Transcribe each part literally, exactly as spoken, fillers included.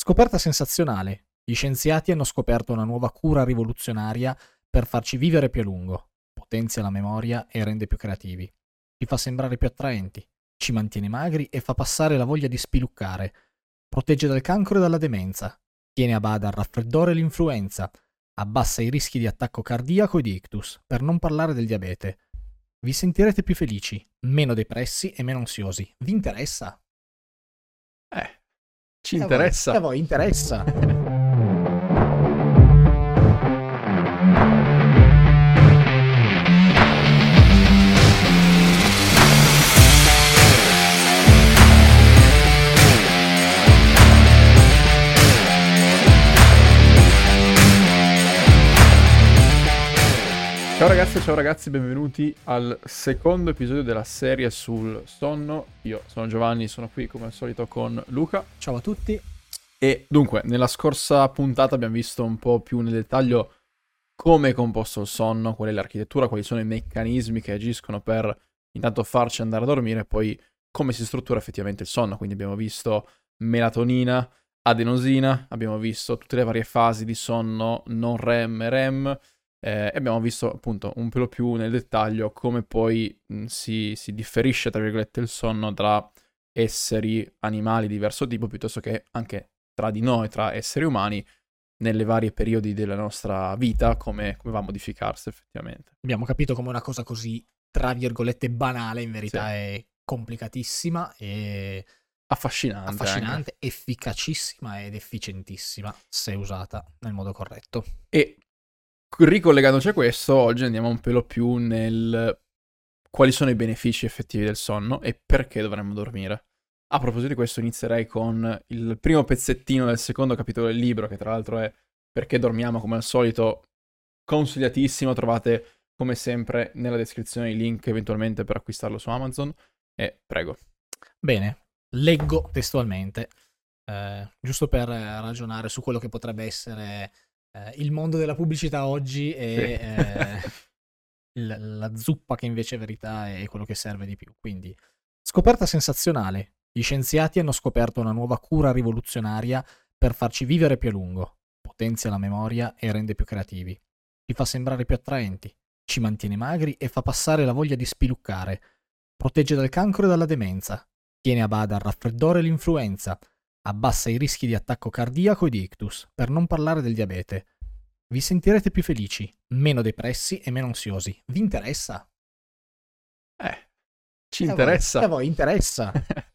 Scoperta sensazionale. Gli scienziati hanno scoperto una nuova cura rivoluzionaria per farci vivere più a lungo. Potenzia la memoria e rende più creativi. Ci fa sembrare più attraenti. Ci mantiene magri e fa passare la voglia di spiluccare. Protegge dal cancro e dalla demenza. Tiene a bada il raffreddore e l'influenza. Abbassa i rischi di attacco cardiaco e di ictus, per non parlare del diabete. Vi sentirete più felici, meno depressi e meno ansiosi. Vi interessa? Eh, ci E a voi- interessa. E a voi interessa? Ciao ragazzi, ciao ragazzi, benvenuti al secondo episodio della serie sul sonno. Io sono Giovanni, sono qui come al solito con Luca. Ciao a tutti. E dunque, nella scorsa puntata abbiamo visto un po' più nel dettaglio come è composto il sonno, qual è l'architettura, quali sono i meccanismi che agiscono per intanto farci andare a dormire e poi come si struttura effettivamente il sonno. Quindi abbiamo visto melatonina, adenosina, abbiamo visto tutte le varie fasi di sonno non REM e REM. Eh, e abbiamo visto appunto un pelo più nel dettaglio come poi mh, si, si differisce tra virgolette il sonno tra esseri animali di diverso tipo piuttosto che anche tra di noi, tra esseri umani nelle varie periodi della nostra vita, come, come va a modificarsi effettivamente. Abbiamo capito come una cosa così, tra virgolette, banale, in verità Sì. è complicatissima e Affascinante, affascinante, efficacissima ed efficientissima se usata nel modo corretto. anche. E ricollegandoci a questo, oggi andiamo un pelo più nel quali sono i benefici effettivi del sonno e perché dovremmo dormire. A proposito di questo inizierei con il primo pezzettino del secondo capitolo del libro, che tra l'altro è Perché dormiamo, come al solito, consigliatissimo, trovate come sempre nella descrizione i link eventualmente per acquistarlo su Amazon, e prego. Bene, leggo testualmente, eh, giusto per eh, ragionare su quello che potrebbe essere eh, il mondo della pubblicità oggi e Sì. eh, il- la zuppa che invece è verità è quello che serve di più. Quindi, scoperta sensazionale. Gli scienziati hanno scoperto una nuova cura rivoluzionaria per farci vivere più a lungo. Potenzia la memoria e rende più creativi. Ci fa sembrare più attraenti. Ci mantiene magri e fa passare la voglia di spiluccare. Protegge dal cancro e dalla demenza. Tiene a bada il raffreddore e l'influenza. Abbassa i rischi di attacco cardiaco e di ictus, per non parlare del diabete. Vi sentirete più felici, meno depressi e meno ansiosi. Vi interessa? Eh, ci E a voi- interessa. E a voi interessa?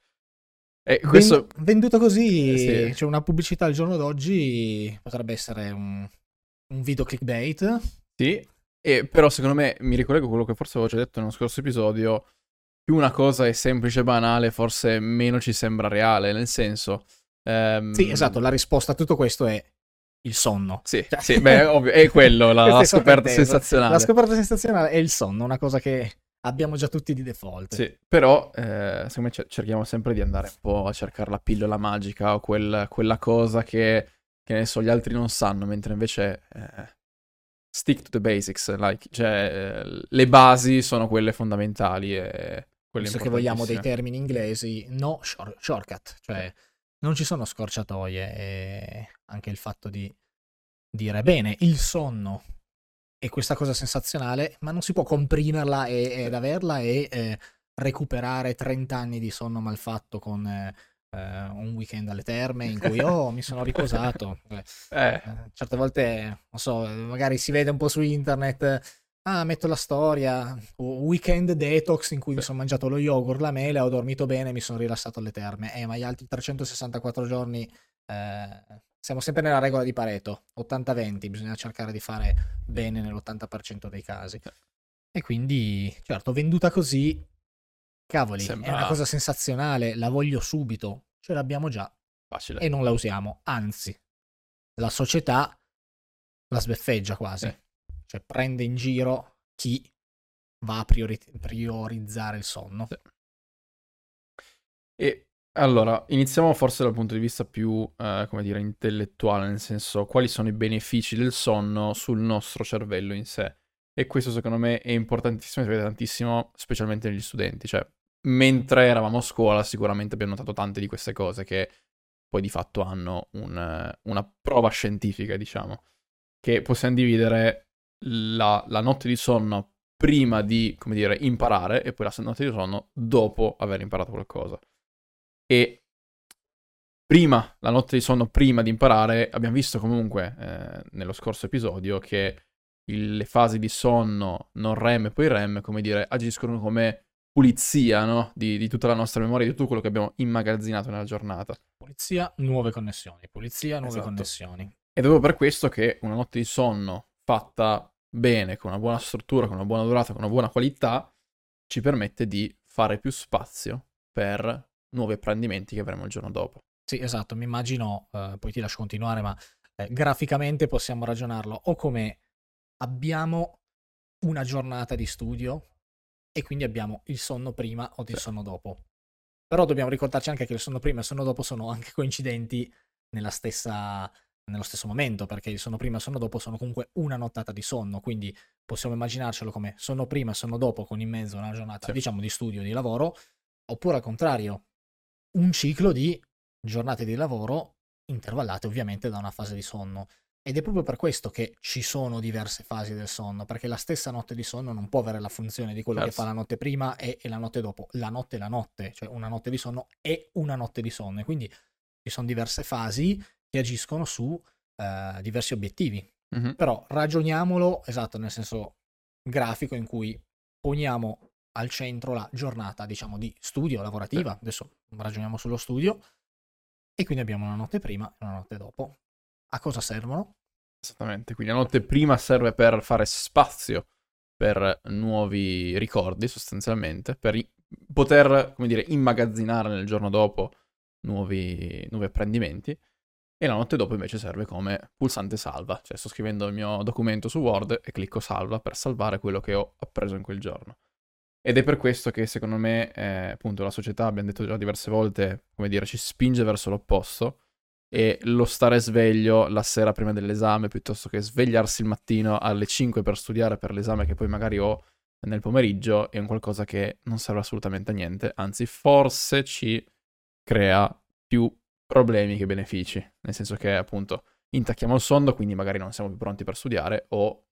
E questo... Ven- venduto così, Eh, sì. c'è una pubblicità al giorno d'oggi, potrebbe essere un, un video clickbait. Sì, e però secondo me mi ricollego a quello che forse avevo già detto nello scorso episodio, più una cosa è semplice e banale, forse meno ci sembra reale, nel senso... ehm, Sì, esatto, la risposta a tutto questo è il sonno. Sì, Cioè- sì, beh, ovvio, è quello, la, Questo la è scoperta sottinteso. sensazionale. La scoperta sensazionale è il sonno, una cosa che abbiamo già tutti di default. Sì, però eh, secondo me cer- cerchiamo sempre di andare un po' a cercare la pillola magica o quel- quella cosa che, che ne so, gli altri non sanno, mentre invece eh, stick to the basics, like, cioè eh, le basi sono quelle fondamentali e quelle Visto che vogliamo dei importantissime. termini inglesi, no shor- shortcut, cioè non ci sono scorciatoie e anche il fatto di dire bene, il sonno è questa cosa sensazionale, ma non si può comprimerla e, ed averla e eh, recuperare trenta anni di sonno malfatto con eh, eh, un weekend alle terme in cui oh mi sono riposato. Eh, Eh, eh, certe volte, non so, magari si vede un po' su internet, ah metto la storia, o weekend detox in cui mi sono mangiato lo yogurt, la mele, ho dormito bene, mi sono rilassato alle terme. Eh, ma gli altri trecentosessantaquattro giorni eh, siamo sempre nella regola di Pareto, ottanta venti, bisogna cercare di fare bene nell'ottanta per cento dei casi. E quindi, certo, venduta così, cavoli, è una sembra cosa sensazionale, la voglio subito, ce l'abbiamo già facile. e non la usiamo, anzi, la società la sbeffeggia quasi, Sì. cioè prende in giro chi va a priori- priorizzare il sonno. Sì. E allora, iniziamo forse dal punto di vista più, eh, come dire, intellettuale, nel senso, quali sono i benefici del sonno sul nostro cervello in sé. E questo secondo me è importantissimo, si vede tantissimo, specialmente negli studenti. Cioè, mentre eravamo a scuola sicuramente abbiamo notato tante di queste cose, che poi di fatto hanno un, una prova scientifica, diciamo, che possiamo dividere la, la notte di sonno prima di, come dire, imparare e poi la notte di sonno dopo aver imparato qualcosa. E prima, la notte di sonno prima di imparare, abbiamo visto comunque eh, nello scorso episodio che il- le fasi di sonno non REM e poi REM, come dire, agiscono come pulizia, no? Di, di tutta la nostra memoria, di tutto quello che abbiamo immagazzinato nella giornata. Pulizia, nuove connessioni. Pulizia, nuove Esatto. connessioni. Ed è proprio per questo che una notte di sonno fatta bene, con una buona struttura, con una buona durata, con una buona qualità, ci permette di fare più spazio per nuovi apprendimenti che avremo il giorno dopo. Sì, esatto, mi immagino, eh, poi ti lascio continuare, ma eh, graficamente possiamo ragionarlo o come abbiamo una giornata di studio e quindi abbiamo il sonno prima o il Sì. sonno dopo. Però dobbiamo ricordarci anche che il sonno prima e il sonno dopo sono anche coincidenti nella stessa, nello stesso momento, perché il sonno prima e il sonno dopo sono comunque una nottata di sonno, quindi possiamo immaginarcelo come sonno prima e sonno dopo con in mezzo una giornata, Sì. diciamo, di studio, di lavoro, oppure al contrario, un ciclo di giornate di lavoro intervallate ovviamente da una fase di sonno. Ed è proprio per questo che ci sono diverse fasi del sonno, perché la stessa notte di sonno non può avere la funzione di quello Certo. che fa la notte prima e, e la notte dopo. La notte è la notte, cioè una notte di sonno è una notte di sonno. E quindi ci sono diverse fasi che agiscono su eh, diversi obiettivi. Mm-hmm. Però ragioniamolo, esatto, nel senso grafico in cui poniamo al centro la giornata, diciamo, di studio lavorativa. Sì. Adesso ragioniamo sullo studio. E quindi abbiamo una notte prima e una notte dopo. A cosa servono? Esattamente, quindi la notte prima serve per fare spazio per nuovi ricordi, sostanzialmente, per i- poter, come dire, immagazzinare nel giorno dopo nuovi, nuovi apprendimenti. E la notte dopo invece serve come pulsante salva, cioè sto scrivendo il mio documento su Word e clicco salva per salvare quello che ho appreso in quel giorno. Ed è per questo che secondo me, eh, appunto, la società, abbiamo detto già diverse volte, come dire, ci spinge verso l'opposto e lo stare sveglio la sera prima dell'esame piuttosto che svegliarsi il mattino alle cinque per studiare per l'esame che poi magari ho nel pomeriggio è un qualcosa che non serve assolutamente a niente, anzi forse ci crea più problemi che benefici, nel senso che appunto intacchiamo il sonno, quindi magari non siamo più pronti per studiare o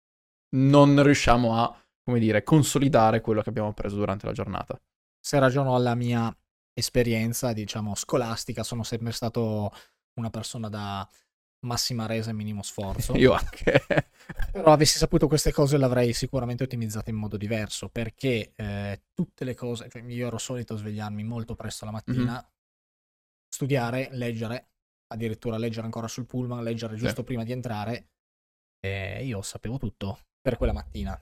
non riusciamo a, come dire, consolidare quello che abbiamo appreso durante la giornata. Se ragiono alla mia esperienza, diciamo, scolastica, sono sempre stato una persona da massima resa e minimo sforzo. Io anche. Però avessi saputo queste cose l'avrei sicuramente ottimizzata in modo diverso, perché eh, tutte le cose, cioè io ero solito svegliarmi molto presto la mattina, Mm-hmm. studiare, leggere, addirittura leggere ancora sul pullman, leggere giusto Sì. prima di entrare, e io sapevo tutto per quella mattina.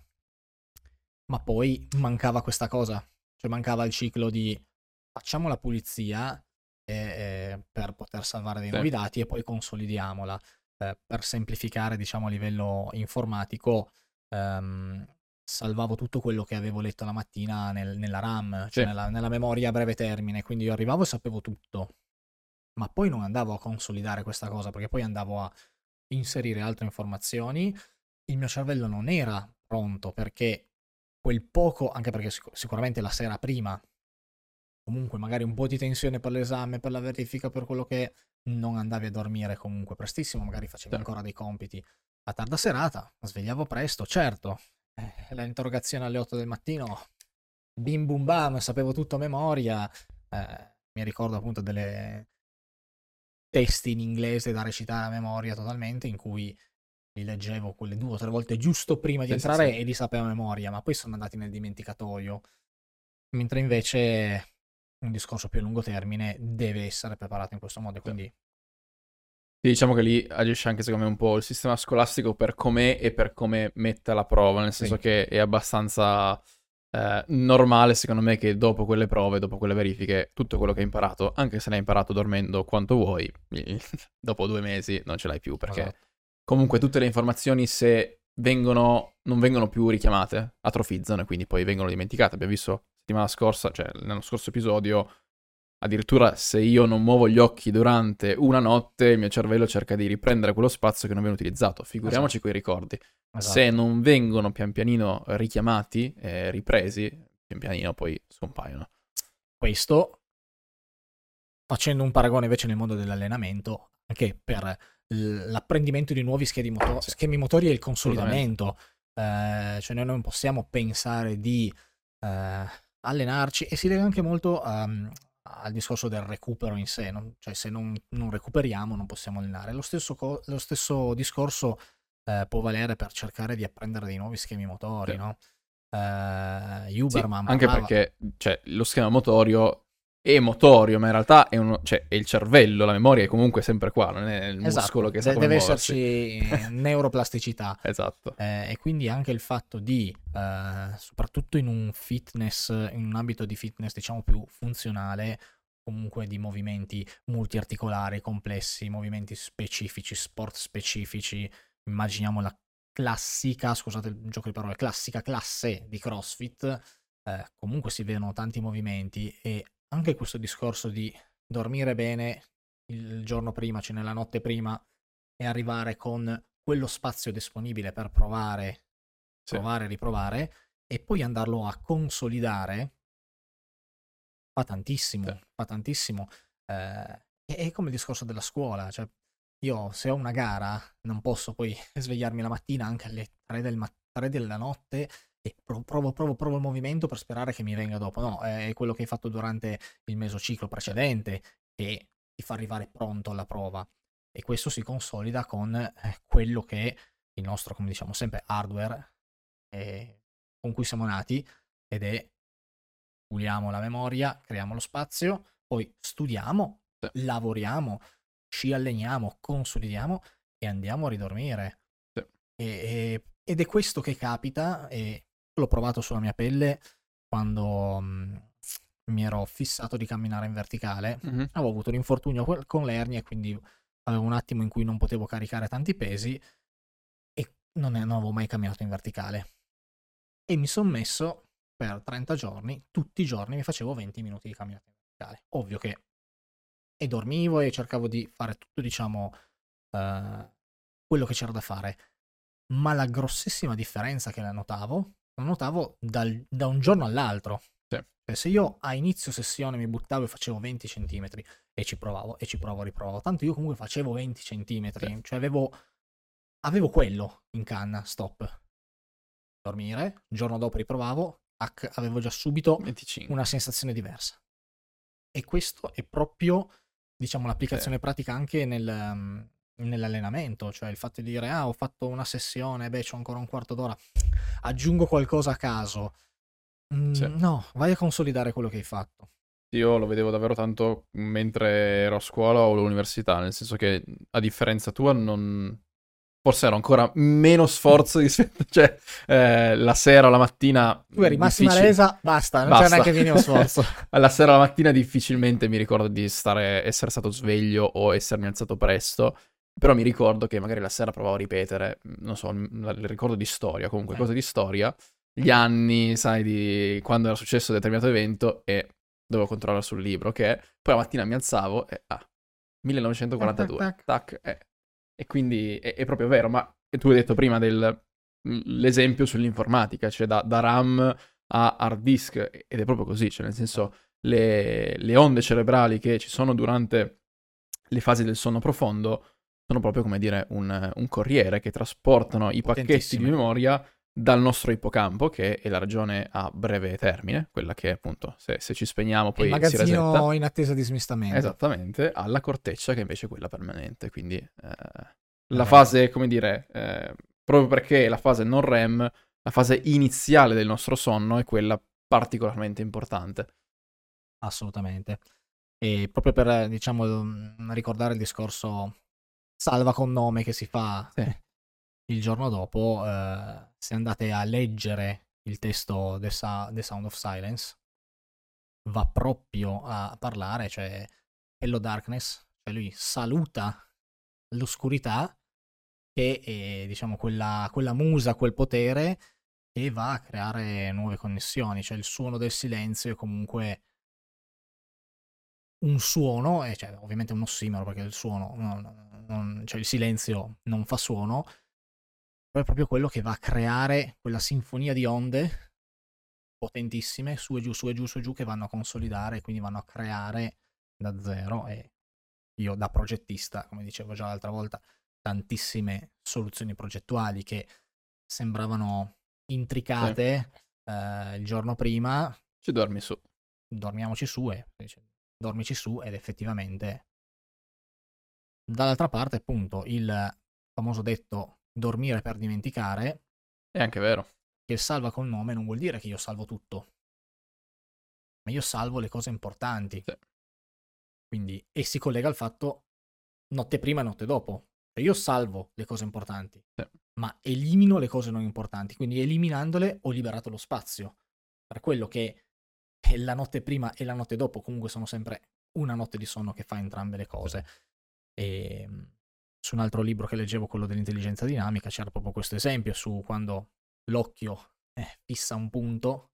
Ma poi mancava questa cosa, cioè mancava il ciclo di facciamo la pulizia eh, eh, per poter salvare dei Sì. nuovi dati e poi consolidiamola. Eh, per semplificare, diciamo, a livello informatico, ehm, salvavo tutto quello che avevo letto la mattina nel- nella RAM, cioè Sì. nella, nella memoria a breve termine, quindi io arrivavo e sapevo tutto, ma poi non andavo a consolidare questa cosa, perché poi andavo a inserire altre informazioni. Il mio cervello non era pronto perché quel poco, anche perché sic- sicuramente la sera prima, comunque magari un po' di tensione per l'esame, per la verifica, per quello che è, non andavi a dormire comunque prestissimo, magari facevi Sì. ancora dei compiti a tarda serata, svegliavo presto, certo, eh, la interrogazione alle otto del mattino, bim bum bam, sapevo tutto a memoria, eh, mi ricordo appunto delle testi in inglese da recitare a memoria totalmente, in cui li leggevo quelle due o tre volte giusto prima di Sì, sì, entrare sì. e li sapevo a memoria, ma poi sono andati nel dimenticatoio. Mentre invece un discorso più a lungo termine deve essere preparato in questo modo. Sì. Quindi Sì, diciamo che lì agisce anche secondo me un po' il sistema scolastico per com'è e per come mette la prova, nel senso sì, che è abbastanza eh, normale secondo me che dopo quelle prove, dopo quelle verifiche, tutto quello che hai imparato, anche se l'hai imparato dormendo quanto vuoi, dopo due mesi non ce l'hai più, perché esatto. comunque tutte le informazioni se vengono, non vengono più richiamate, atrofizzano e quindi poi vengono dimenticate. Abbiamo visto settimana scorsa, cioè nello scorso episodio, addirittura se io non muovo gli occhi durante una notte, il mio cervello cerca di riprendere quello spazio che non viene utilizzato. Figuriamoci Esatto. quei ricordi. Se Esatto. non vengono pian pianino richiamati e ripresi, pian pianino poi scompaiono. Questo facendo un paragone invece nel mondo dell'allenamento, anche per l'apprendimento di nuovi schemi, moto- Sì. schemi motori e il consolidamento. Eh, cioè noi non possiamo pensare di eh, allenarci, e si deve anche molto um, al discorso del recupero in sé, non- cioè se non, non recuperiamo non possiamo allenare. Lo stesso, co- lo stesso discorso eh, può valere per cercare di apprendere dei nuovi schemi motori, Sì. no? Eh, Sì, Huberman anche parlava... perché cioè, lo schema motorio è motorio, ma in realtà è, uno, cioè, è il cervello, la memoria è comunque sempre qua, non è il muscolo Esatto, che sa de- come deve muoversi. esserci eh, neuroplasticità. Esatto. Eh, e quindi anche il fatto di, eh, soprattutto in un fitness, in un ambito di fitness diciamo più funzionale, comunque di movimenti multiarticolari, complessi, movimenti specifici, sport specifici, immaginiamo la classica, scusate il gioco di parole, classica classe di CrossFit, eh, comunque si vedono tanti movimenti, e anche questo discorso di dormire bene il giorno prima, cioè nella notte prima, e arrivare con quello spazio disponibile per provare, Sì. provare, riprovare, e poi andarlo a consolidare, fa tantissimo, Sì. fa tantissimo. Eh, è, è come il discorso della scuola, cioè io se ho una gara non posso poi svegliarmi la mattina anche alle tre, del ma- tre della notte e pro- provo, provo, provo il movimento per sperare che mi venga dopo. No, è quello che hai fatto durante il mesociclo precedente che ti fa arrivare pronto alla prova, e questo si consolida con eh, quello che è il nostro, come diciamo sempre, hardware eh, con cui siamo nati, ed è puliamo la memoria, creiamo lo spazio, poi studiamo, Sì. lavoriamo, ci alleniamo, consolidiamo e andiamo a ridormire. Sì. E, e, ed è questo che capita, e l'ho provato sulla mia pelle quando mh, mi ero fissato di camminare in verticale. Mm-hmm. Avevo avuto un infortunio con l'ernia, quindi avevo un attimo in cui non potevo caricare tanti pesi e non, ne, non avevo mai camminato in verticale. E mi sono messo per trenta giorni, tutti i giorni mi facevo venti minuti di camminata in verticale. Ovvio che e dormivo e cercavo di fare tutto, diciamo, uh, quello che c'era da fare. Ma la grossissima differenza che la notavo, la notavo dal, da un giorno all'altro. Sì. Cioè, se io a inizio sessione mi buttavo e facevo venti centimetri e ci provavo, e ci provo, riprovavo, tanto io comunque facevo venti centimetri, Sì. cioè avevo, avevo quello in canna, stop. Dormire, il giorno dopo riprovavo, avevo già subito venticinque. una sensazione diversa. E questo è proprio, diciamo, l'applicazione Sì. pratica anche nel, um, nell'allenamento, cioè il fatto di dire, ah, ho fatto una sessione, beh, c'ho ancora un quarto d'ora, aggiungo qualcosa a caso. Mm, Sì. No, vai a consolidare quello che hai fatto. Io lo vedevo davvero tanto mentre ero a scuola o all'università, nel senso che a differenza tua non... Forse ero ancora meno sforzo rispetto, cioè eh, la sera o la mattina Tu eri massima difficile. resa, basta, non Basta. c'è neanche minimo sforzo. Alla sera o la mattina difficilmente mi ricordo di stare, essere stato sveglio o essermi alzato presto, però mi ricordo che magari la sera provavo a ripetere, non so, il il ricordo di storia, comunque Eh. cose di storia, gli anni, sai, di quando era successo un determinato evento e dovevo controllare sul libro, che poi la mattina mi alzavo e ah, millenovecentoquarantadue, Tac, tac, tac. tac, eh. E quindi è, è proprio vero, ma tu hai detto prima dell'esempio sull'informatica, cioè da, da RAM a hard disk, ed è proprio così, cioè nel senso le, le onde cerebrali che ci sono durante le fasi del sonno profondo sono proprio come dire un, un corriere che trasportano i pacchetti di memoria dal nostro ippocampo, che è la regione a breve termine, quella che appunto se, se ci spegniamo poi il si resetta. magazzino in attesa di smistamento. Esattamente, alla corteccia che invece è quella permanente, quindi eh, la Eh. fase, come dire, eh, proprio perché è la fase non REM, la fase iniziale del nostro sonno è quella particolarmente importante. Assolutamente. E proprio per, diciamo, ricordare il discorso salva con nome che si fa Sì. il giorno dopo, eh, se andate a leggere il testo The, Sa- The Sound of Silence, va proprio a parlare, cioè Hello Darkness, cioè lui saluta l'oscurità, che è, diciamo, quella, quella musa, quel potere, e va a creare nuove connessioni, cioè il suono del silenzio è comunque un suono, e cioè ovviamente un ossimoro perché il suono, non, non, cioè il silenzio non fa suono, però è proprio quello che va a creare quella sinfonia di onde potentissime, su e giù, su e giù, su e giù, che vanno a consolidare e quindi vanno a creare da zero, e io da progettista, come dicevo già l'altra volta, tantissime soluzioni progettuali che sembravano intricate sì. eh, il giorno prima. Ci dormi su. Dormiamoci su e dormici su ed effettivamente dall'altra parte appunto il famoso detto dormire per dimenticare è anche vero. Che salva col nome non vuol dire che io salvo tutto, ma io salvo le cose importanti. Sì. Quindi, e si collega al fatto notte prima e notte dopo. Cioè io salvo le cose importanti, sì. ma elimino le cose non importanti. Quindi eliminandole ho liberato lo spazio. Per quello che la notte prima e la notte dopo comunque sono sempre una notte di sonno che fa entrambe le cose. Sì. E su un altro libro che leggevo, quello dell'intelligenza dinamica, c'era proprio questo esempio su quando l'occhio eh, fissa un punto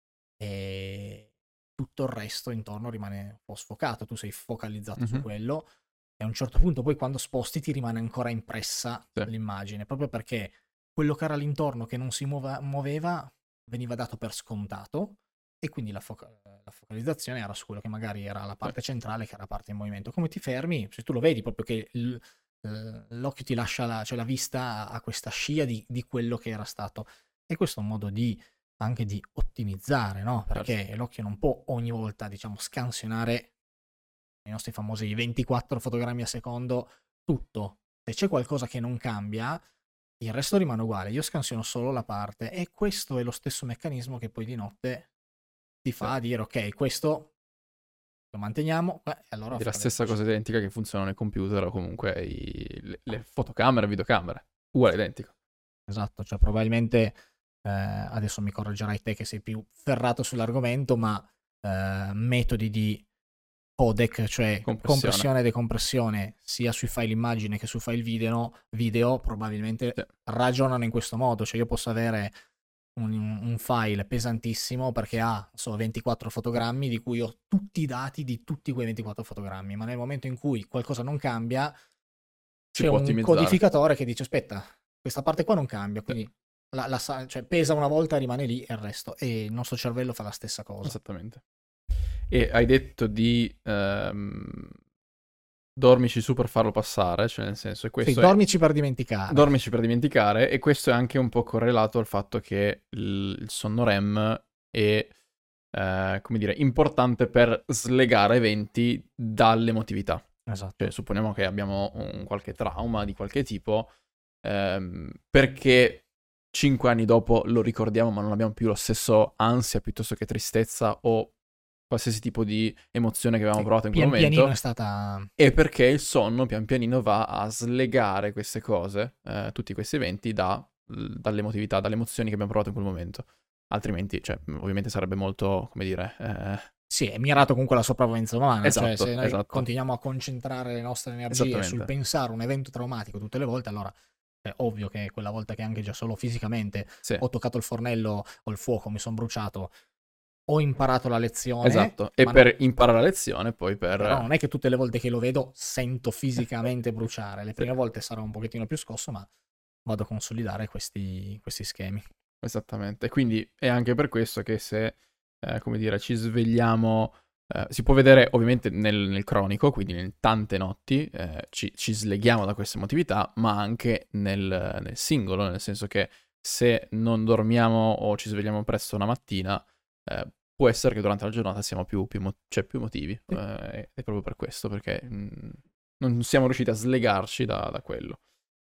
e tutto il resto intorno rimane un po' sfocato, tu sei focalizzato mm-hmm. su quello e a un certo punto poi quando sposti ti rimane ancora impressa sì. l'immagine, proprio perché quello che era l'intorno che non si muova, muoveva veniva dato per scontato e quindi la, foca- la focalizzazione era su quello che magari era la parte sì. centrale, che era la parte in movimento. Come ti fermi, se tu lo vedi proprio che l- l'occhio ti lascia la, cioè la vista a questa scia di, di quello che era stato, e questo è un modo di anche di ottimizzare, no? Perché certo. l'occhio non può ogni volta, diciamo, scansionare i nostri famosi ventiquattro fotogrammi a secondo tutto. Se c'è qualcosa che non cambia, il resto rimane uguale. Io scansiono solo la parte e questo è lo stesso meccanismo che poi di notte ti fa sì. dire ok, questo lo manteniamo, eh, e allora è la stessa cosa identica che funziona nel computer o comunque i, le, le fotocamere, videocamere, uguale identico. Esatto, cioè probabilmente eh, adesso mi correggerai te che sei più ferrato sull'argomento, ma eh, metodi di codec, cioè compressione. compressione e decompressione, sia sui file immagine che su file video, video probabilmente sì. ragionano in questo modo, cioè io posso avere un, un file pesantissimo perché ha so, ventiquattro fotogrammi di cui ho tutti i dati di tutti quei ventiquattro fotogrammi, ma nel momento in cui qualcosa non cambia si c'è può un ottimizzare. codificatore che dice aspetta, questa parte qua non cambia, quindi sì. la, la, cioè, pesa una volta, rimane lì e il resto, e il nostro cervello fa la stessa cosa. Esattamente. E hai detto di um, dormici su per farlo passare, cioè nel senso è questo sì, è... dormici per dimenticare. Dormici per dimenticare, e questo è anche un po' correlato al fatto che il, il sonno R E M è, eh, come dire, importante per slegare eventi dall'emotività. Esatto. Cioè, supponiamo che abbiamo un qualche trauma di qualche tipo, ehm, perché cinque anni dopo lo ricordiamo ma non abbiamo più lo stesso ansia piuttosto che tristezza o qualsiasi tipo di emozione che avevamo sì, provato in quel pian momento. Pianino è stata... E perché il sonno pian pianino va a slegare queste cose, eh, tutti questi eventi, da, dall'emotività, dalle emozioni che abbiamo provato in quel momento. Altrimenti, cioè, ovviamente sarebbe molto, come dire... Eh... Sì, è mirato comunque alla sopravvivenza umana, esatto, cioè se noi esatto. continuiamo a concentrare le nostre energie sul pensare un evento traumatico tutte le volte, allora è ovvio che quella volta che anche già solo fisicamente sì. ho toccato il fornello o il fuoco, mi sono bruciato, ho imparato la lezione. Esatto, e per no... imparare la lezione poi per... Però non è che tutte le volte che lo vedo sento fisicamente bruciare, le prime sì. volte sarò un pochettino più scosso, ma vado a consolidare questi, questi schemi. Esattamente, quindi è anche per questo che se, eh, come dire, ci svegliamo, eh, si può vedere ovviamente nel, nel cronico, quindi in tante notti, eh, ci, ci sleghiamo da questa emotività, ma anche nel, nel singolo, nel senso che se non dormiamo o ci svegliamo presto una mattina, eh, può essere che durante la giornata siamo più, più, cioè più emotivi, sì. eh, è proprio per questo, perché mh, non siamo riusciti a slegarci da, da quello.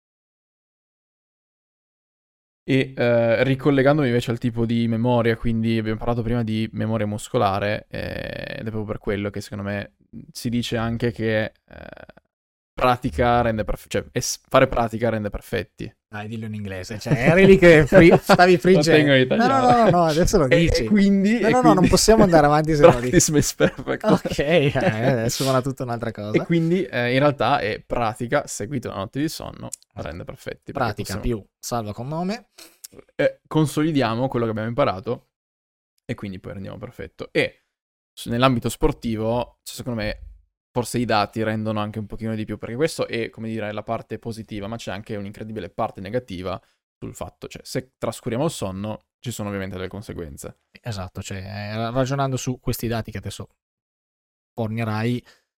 E eh, ricollegandomi invece al tipo di memoria, quindi abbiamo parlato prima di memoria muscolare, eh, ed è proprio per quello che secondo me si dice anche che eh, pratica rende perfetti, cioè es- fare pratica rende perfetti. Dai, dillo in inglese, cioè eri lì che fri- stavi friggendo. No, no, no, no, adesso lo dici. E quindi, no, e no, quindi... no, non possiamo andare avanti se lo dici. Practice makes perfect. Ok, eh, adesso suona tutta un'altra cosa. E quindi eh, in realtà è pratica, seguito una notte di sonno, rende perfetti. Pratica possiamo... più salva con nome. Eh, consolidiamo quello che abbiamo imparato e quindi poi rendiamo perfetto. E nell'ambito sportivo, secondo me, forse i dati rendono anche un pochino di più, perché questo è, come dire, la parte positiva, ma c'è anche un'incredibile parte negativa sul fatto, cioè, se trascuriamo il sonno, ci sono ovviamente delle conseguenze. Esatto, cioè, ragionando su questi dati che adesso fornirai,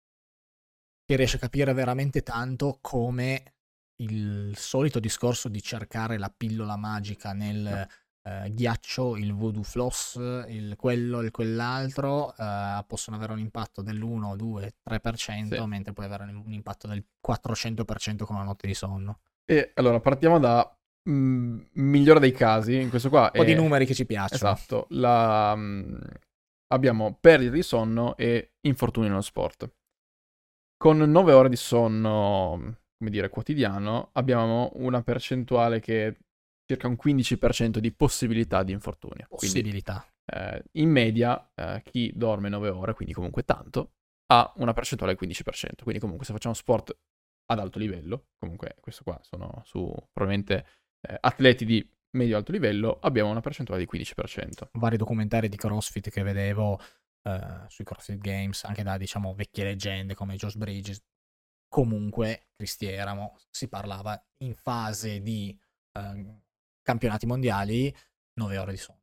che riesce a capire veramente tanto come il solito discorso di cercare la pillola magica nel No. eh, ghiaccio, il voodoo floss, il quello e quell'altro eh, possono avere un impatto dell'uno, due, tre per cento, Sì. mentre puoi avere un impatto del quattrocento per cento con una notte di sonno. E allora partiamo da mm, migliore dei casi, in questo qua Un po' di è numeri che ci piacciono. esatto, la, mm, abbiamo perdita di sonno e infortuni nello sport. Con nove ore di sonno, come dire, quotidiano, abbiamo una percentuale che è circa un quindici per cento di possibilità di infortunio. Quindi Possibilità. eh, in media eh, chi dorme nove ore, quindi comunque tanto, ha una percentuale del quindici per cento. Quindi comunque se facciamo sport ad alto livello, comunque questo qua sono su probabilmente eh, atleti di medio-alto livello, abbiamo una percentuale di quindici per cento. Vari documentari di CrossFit che vedevo eh, sui CrossFit Games, anche da diciamo vecchie leggende come Josh Bridges. Comunque, Cristi Eramo, si parlava in fase di eh, campionati mondiali, nove ore di sonno.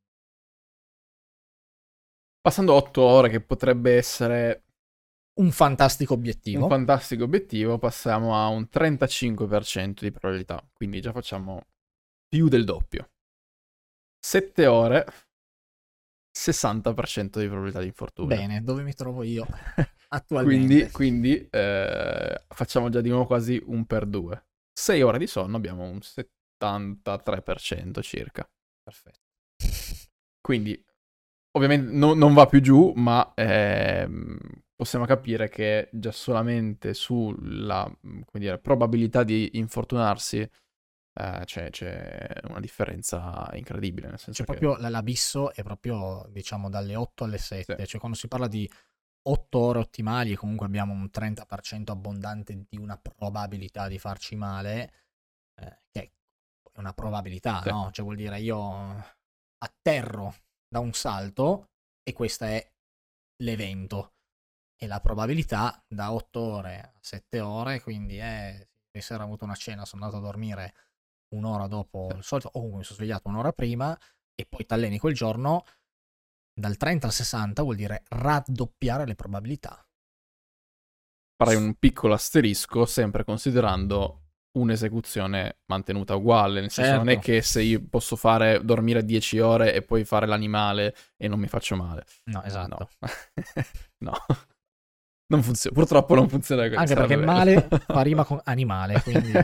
Passando otto ore, che potrebbe essere Un fantastico un obiettivo. fantastico obiettivo, passiamo a un trentacinque per cento di probabilità, quindi già facciamo più del doppio. sette ore, sessanta per cento di probabilità di infortunio. Bene, dove mi trovo io quindi attualmente? quindi eh, facciamo già di nuovo quasi un per due. sei ore di sonno abbiamo un settantatré per cento circa. Perfetto. Quindi ovviamente no- non va più giù, ma ehm, possiamo capire che già solamente sulla, come dire, probabilità di infortunarsi eh, c'è, c'è una differenza incredibile, nel senso C'è che proprio l- l'abisso è proprio, diciamo, dalle otto alle sì, sette. Cioè, quando si parla di otto ore ottimali e comunque abbiamo un trenta per cento abbondante di una probabilità di farci male, eh, che è una probabilità, sì. no? Cioè vuol dire io atterro da un salto e questo è l'evento. E la probabilità da otto ore a sette ore, quindi è se sera ho avuto una cena, sono andato a dormire un'ora dopo Sì. il solito, o mi sono svegliato un'ora prima e poi t'alleni quel giorno, dal trenta al sessanta vuol dire raddoppiare le probabilità. Farei un piccolo asterisco, sempre considerando un'esecuzione mantenuta uguale, nel senso non è Certo. che se io posso fare dormire dieci ore e poi fare l'animale e non mi faccio male. No, esatto. No. No. Non funziona, purtroppo non funziona così. Anche perché Sarebbe bello. male fa rima con animale, quindi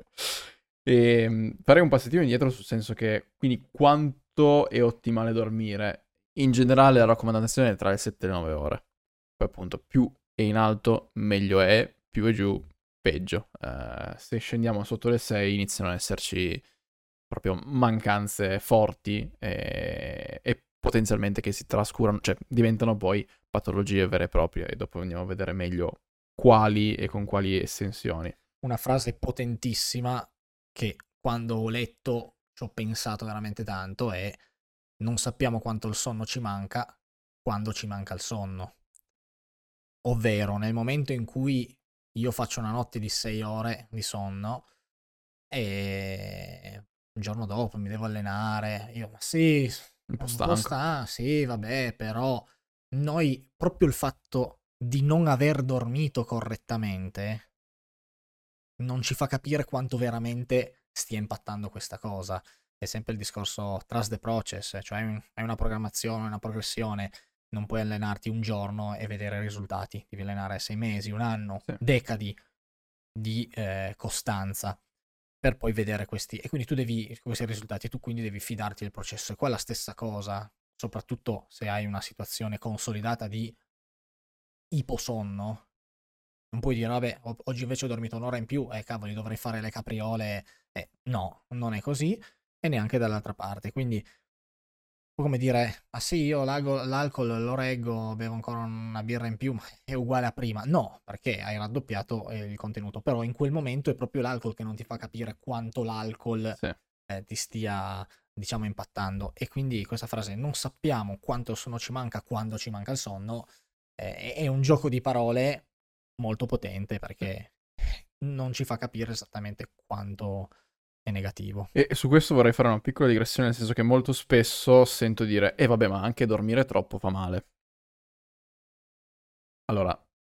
E farei un passettino indietro sul senso che, quindi quanto è ottimale dormire? In generale la raccomandazione è tra le sette e le nove ore. Poi appunto più è in alto meglio è, più è giù peggio. Uh, se scendiamo sotto le sei iniziano ad esserci proprio mancanze forti e, e potenzialmente che si trascurano, cioè diventano poi patologie vere e proprie e dopo andiamo a vedere meglio quali e con quali estensioni. una frase potentissima che quando ho letto ci ho pensato veramente tanto è: non sappiamo quanto il sonno ci manca quando ci manca il sonno. Ovvero, nel momento in cui io faccio una notte di sei ore di sonno e il giorno dopo mi devo allenare, io, ma sì, Un po' un po' stanco. sta, sì, vabbè, però noi, proprio il fatto di non aver dormito correttamente non ci fa capire quanto veramente stia impattando questa cosa. È sempre il discorso trust the process, cioè hai una programmazione, una progressione, non puoi allenarti un giorno e vedere risultati, devi allenare sei mesi, un anno, Sì. decadi di eh, costanza per poi vedere questi, e quindi tu devi, questi risultati, e tu quindi devi fidarti del processo. E qua è la stessa cosa, soprattutto se hai una situazione consolidata di iposonno. Non puoi dire, vabbè, oggi invece ho dormito un'ora in più, eh cavoli, dovrei fare le capriole. Eh, no, non è così, e neanche dall'altra parte. Quindi, come dire, ah sì, io l'alcol lo reggo, bevo ancora una birra in più, ma è uguale a prima. No, perché hai raddoppiato il contenuto. Però in quel momento è proprio l'alcol che non ti fa capire quanto l'alcol Sì. eh, ti stia, diciamo, impattando. E quindi questa frase, non sappiamo quanto sonno ci manca quando ci manca il sonno, eh, è un gioco di parole molto potente perché non ci fa capire esattamente quanto è negativo. E su questo vorrei fare una piccola digressione, nel senso che molto spesso sento dire, eh vabbè, ma anche dormire troppo fa male. Allora,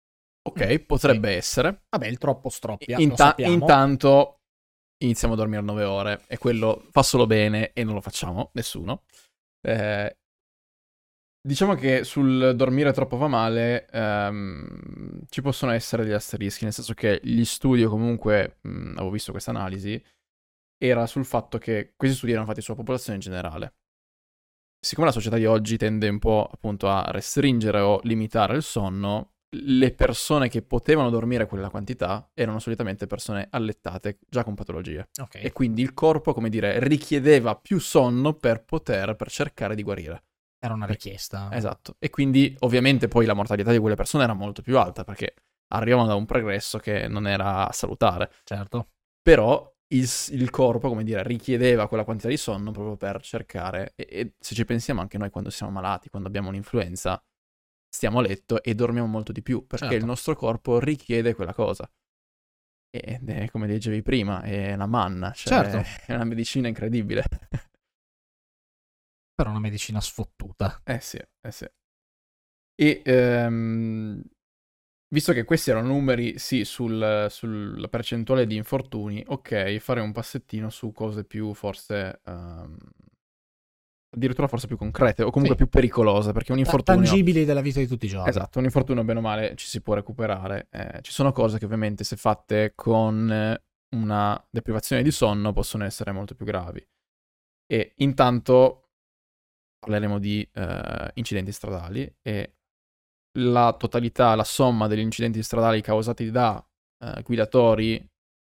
Ok, Mm, potrebbe sì. essere. Vabbè, il troppo stroppia, lo Inta- sappiamo. intanto iniziamo a dormire nove ore e quello fa solo bene e non lo facciamo, nessuno. Eh, diciamo che sul dormire troppo fa male ehm, ci possono essere degli asterischi, nel senso che gli studi, o comunque mh, avevo visto questa analisi, era sul fatto che questi studi erano fatti sulla popolazione in generale. Siccome la società di oggi tende un po' appunto a restringere o limitare il sonno, le persone che potevano dormire quella quantità erano solitamente persone allettate già con patologie. Ok, E quindi il corpo, come dire, richiedeva più sonno per poter, per cercare di guarire. era una Per- richiesta. Esatto. E quindi ovviamente poi la mortalità di quelle persone era molto più alta perché arrivavano da un progresso che non era salutare. Certo. Però il, il corpo, come dire, richiedeva quella quantità di sonno proprio per cercare. E, e se ci pensiamo anche noi quando siamo malati, quando abbiamo un'influenza, stiamo a letto e dormiamo molto di più perché il Certo. nostro corpo richiede quella cosa. Ed è, come dicevi prima, è una manna, cioè Certo. è una medicina incredibile. Però una medicina sfottuta. Eh sì, eh sì. E ehm, visto che questi erano numeri, sì, sul- sulla percentuale di infortuni, ok, fare un passettino su cose più forse, ehm, addirittura forse più concrete o comunque Sì. più pericolose, perché un Ta- infortunio, tangibili della vita di tutti i giorni. esatto, un infortunio bene o male ci si può recuperare. Eh, ci sono cose che ovviamente se fatte con eh, una deprivazione di sonno possono essere molto più gravi. E intanto parleremo di eh, incidenti stradali e la totalità, la somma degli incidenti stradali causati da eh, guidatori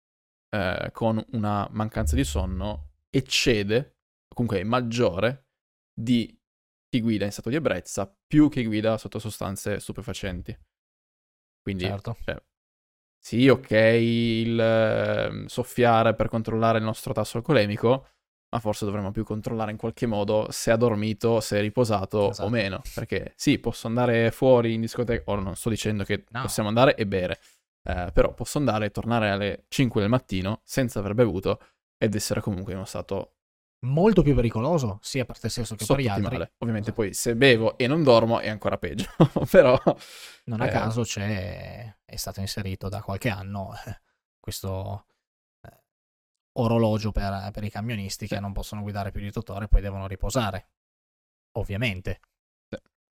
eh, con una mancanza di sonno eccede, o comunque è maggiore, di chi guida in stato di ebbrezza più chi guida sotto sostanze stupefacenti. Quindi, Certo. cioè, sì, ok, il eh, soffiare per controllare il nostro tasso alcolemico, ma forse dovremmo più controllare in qualche modo se ha dormito, se è riposato o Esatto. meno. Perché sì, posso andare fuori in discoteca, ora non sto dicendo che No. possiamo andare e bere, eh, però posso andare e tornare alle cinque del mattino senza aver bevuto ed essere comunque in uno stato Molto più pericoloso, sia per te stesso che per gli altri. sottoottimale. Ovviamente Esatto. poi se bevo e non dormo è ancora peggio, però... Non a eh, caso c'è, è stato inserito da qualche anno eh, questo eh, orologio per, per i camionisti sì, che non possono guidare più di otto ore e poi devono riposare. Ovviamente. sì.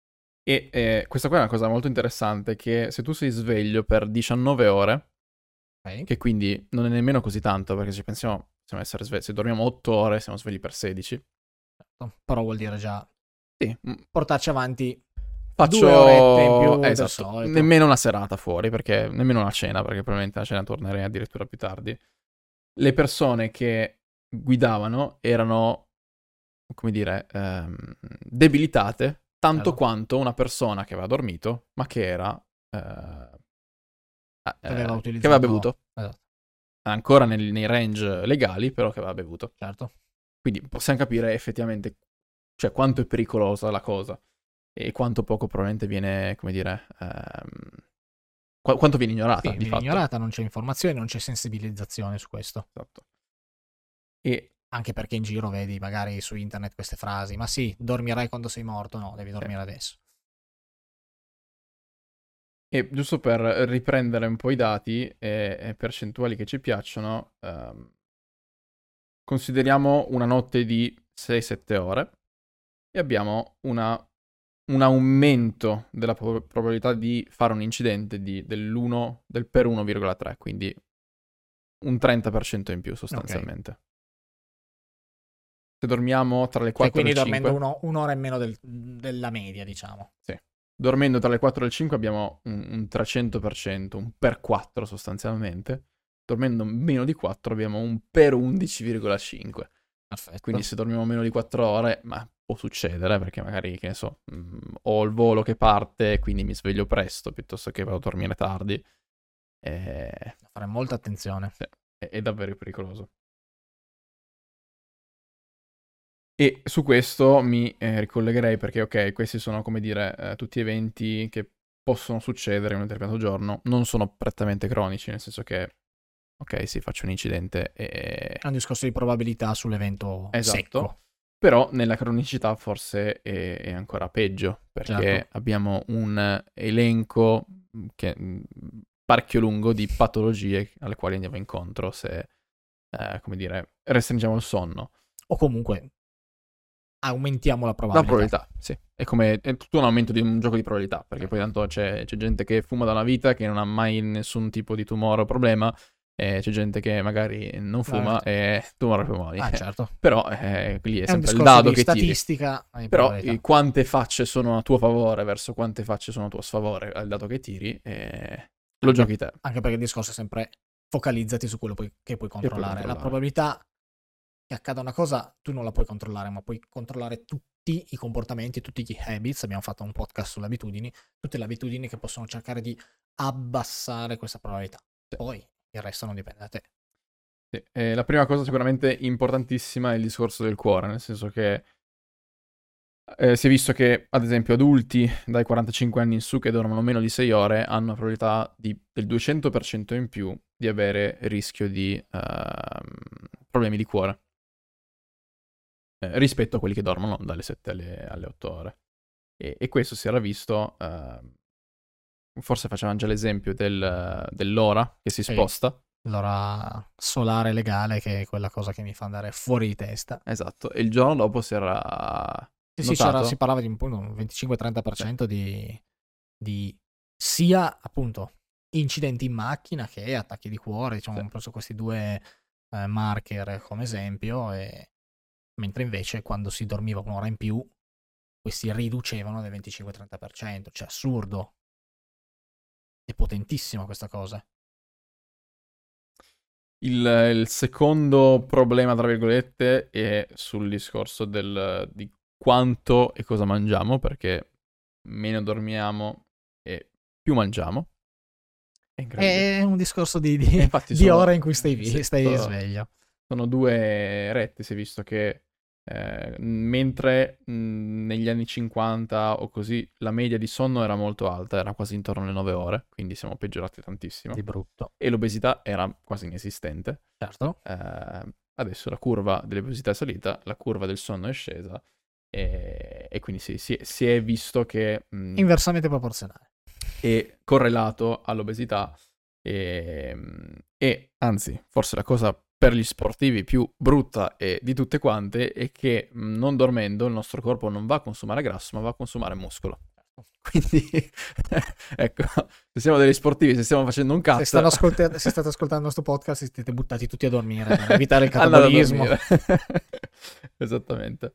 E eh, questa qua è una cosa molto interessante, che se tu sei sveglio per diciannove ore, Ok? che quindi non è nemmeno così tanto, perché se pensiamo, possiamo essere svegli, se dormiamo otto ore siamo svegli per sedici. Però vuol dire già Sì, mm, portarci avanti due orette in faccio... più eh, del esatto, solito. nemmeno una serata fuori, perché nemmeno una cena, perché probabilmente la cena tornerei addirittura più tardi. Le persone che guidavano erano, come dire, ehm, debilitate tanto Certo. quanto una persona che aveva dormito, ma che era... eh, Che aveva eh, che aveva utilizzato. bevuto. Esatto. Ancora nel- nei range legali, però che aveva bevuto. Certo. Quindi possiamo capire effettivamente, cioè, quanto è pericolosa la cosa e quanto poco probabilmente viene, come dire, ehm, qu- quanto viene ignorata, Sì, di viene fatto. ignorata, non c'è informazione, non c'è sensibilizzazione su questo. Esatto. E Anche perché in giro vedi magari su internet queste frasi, ma sì, dormirai quando sei morto, no, devi dormire eh, adesso. E giusto per riprendere un po' i dati e, e percentuali che ci piacciono, ehm, consideriamo una notte di sei sette ore e abbiamo una, un aumento della pro- probabilità di fare un incidente di, dell'uno, del per uno virgola tre, quindi un trenta per cento in più Ok. sostanzialmente. Se dormiamo tra le Cioè, quattro e quindi le dormendo cinque, uno, un'ora in meno del- della media, diciamo. sì. Dormendo tra le quattro e le cinque abbiamo un, un trecento per cento, un per quattro sostanzialmente. Dormendo meno di quattro abbiamo un per undici virgola cinque. Perfetto. Quindi se dormiamo meno di quattro ore, ma può succedere perché magari, che ne so, mh, ho il volo che parte e quindi mi sveglio presto piuttosto che vado a dormire tardi. E... Fare molta attenzione. sì, è, è davvero pericoloso. E su questo mi eh, ricollegherei perché, ok, questi sono, come dire, eh, tutti eventi che possono succedere in un determinato giorno, non sono prettamente cronici, nel senso che, ok, sì, faccio un incidente e... È un discorso di probabilità sull'evento Esatto. secco. Però nella cronicità forse è, è ancora peggio, perché Certo. abbiamo un elenco che, mh, parecchio lungo di patologie alle quali andiamo incontro se, eh, come dire, restringiamo il sonno. O comunque aumentiamo la La probabilità. probabilità, sì. È come è tutto un aumento di un gioco di probabilità, perché poi Certo. tanto c'è, c'è gente che fuma da una vita, che non ha mai nessun tipo di tumore o problema, e c'è gente che magari non No, fuma e tumore ai polmoni. ah, certo. Però eh, lì è È un sempre il discorso dado di che tiri. statistica e Però eh, probabilità. quante facce sono a tuo favore verso quante facce sono a tuo sfavore, al dato che tiri, e lo Anche, giochi te. anche perché il discorso è sempre focalizzati su quello poi- che puoi Che puoi controllare. La controllare. probabilità che accada una cosa tu non la puoi controllare, ma puoi controllare tutti i comportamenti, tutti gli habits. Abbiamo fatto un podcast sulle abitudini, tutte le abitudini che possono cercare di abbassare questa probabilità. Sì. Poi il resto non dipende da te. Sì. E la prima cosa sicuramente importantissima è il discorso del cuore, nel senso che Eh, si è visto che, ad esempio, adulti dai quarantacinque anni in su che dormono meno di sei ore hanno una probabilità di- del duecento per cento in più di avere rischio di ehm, problemi di cuore eh, rispetto a quelli che dormono dalle sette alle, alle otto ore. E, e questo si era visto, ehm, forse facevamo già l'esempio del- dell'ora che si Sì, sposta. l'ora solare legale che è quella cosa che mi fa andare fuori di testa. Esatto, e il giorno dopo si era Sì, sì, c'era- si notato. parlava di appunto, un Sì, venticinque trenta per cento di, di sia appunto incidenti in macchina che attacchi di cuore. Diciamo, sì. ho preso questi due eh, marker come esempio, e, mentre invece quando si dormiva un'ora in più, questi riducevano del venticinque trenta per cento. Cioè, assurdo. È potentissima questa cosa. Il, il secondo problema, tra virgolette, è sul discorso del, di quanto e cosa mangiamo, perché meno dormiamo e più mangiamo. È incredibile. È un discorso di, E di, infatti di sono, ore in cui stai, sì, stai sono, sveglio. sono due rette, si è visto che eh, mentre mh, negli anni cinquanta o così la media di sonno era molto alta, era quasi intorno alle nove ore, quindi siamo peggiorati tantissimo, Di brutto. e l'obesità era quasi inesistente. Certo. Eh, adesso la curva dell'obesità è salita, la curva del sonno è scesa e, e quindi sì, si, è- si è visto che mh, Inversamente proporzionale. è correlato all'obesità e, e anzi, forse la cosa per gli sportivi più brutta e di tutte quante è che mh, non dormendo il nostro corpo non va a consumare grasso, ma va a consumare muscolo. Quindi, ecco, se siamo degli sportivi, se stiamo facendo un Se, stanno cut, ascolta- se state ascoltando questo podcast, siete buttati tutti a dormire per evitare il andate a catabolismo. dormire. Esattamente.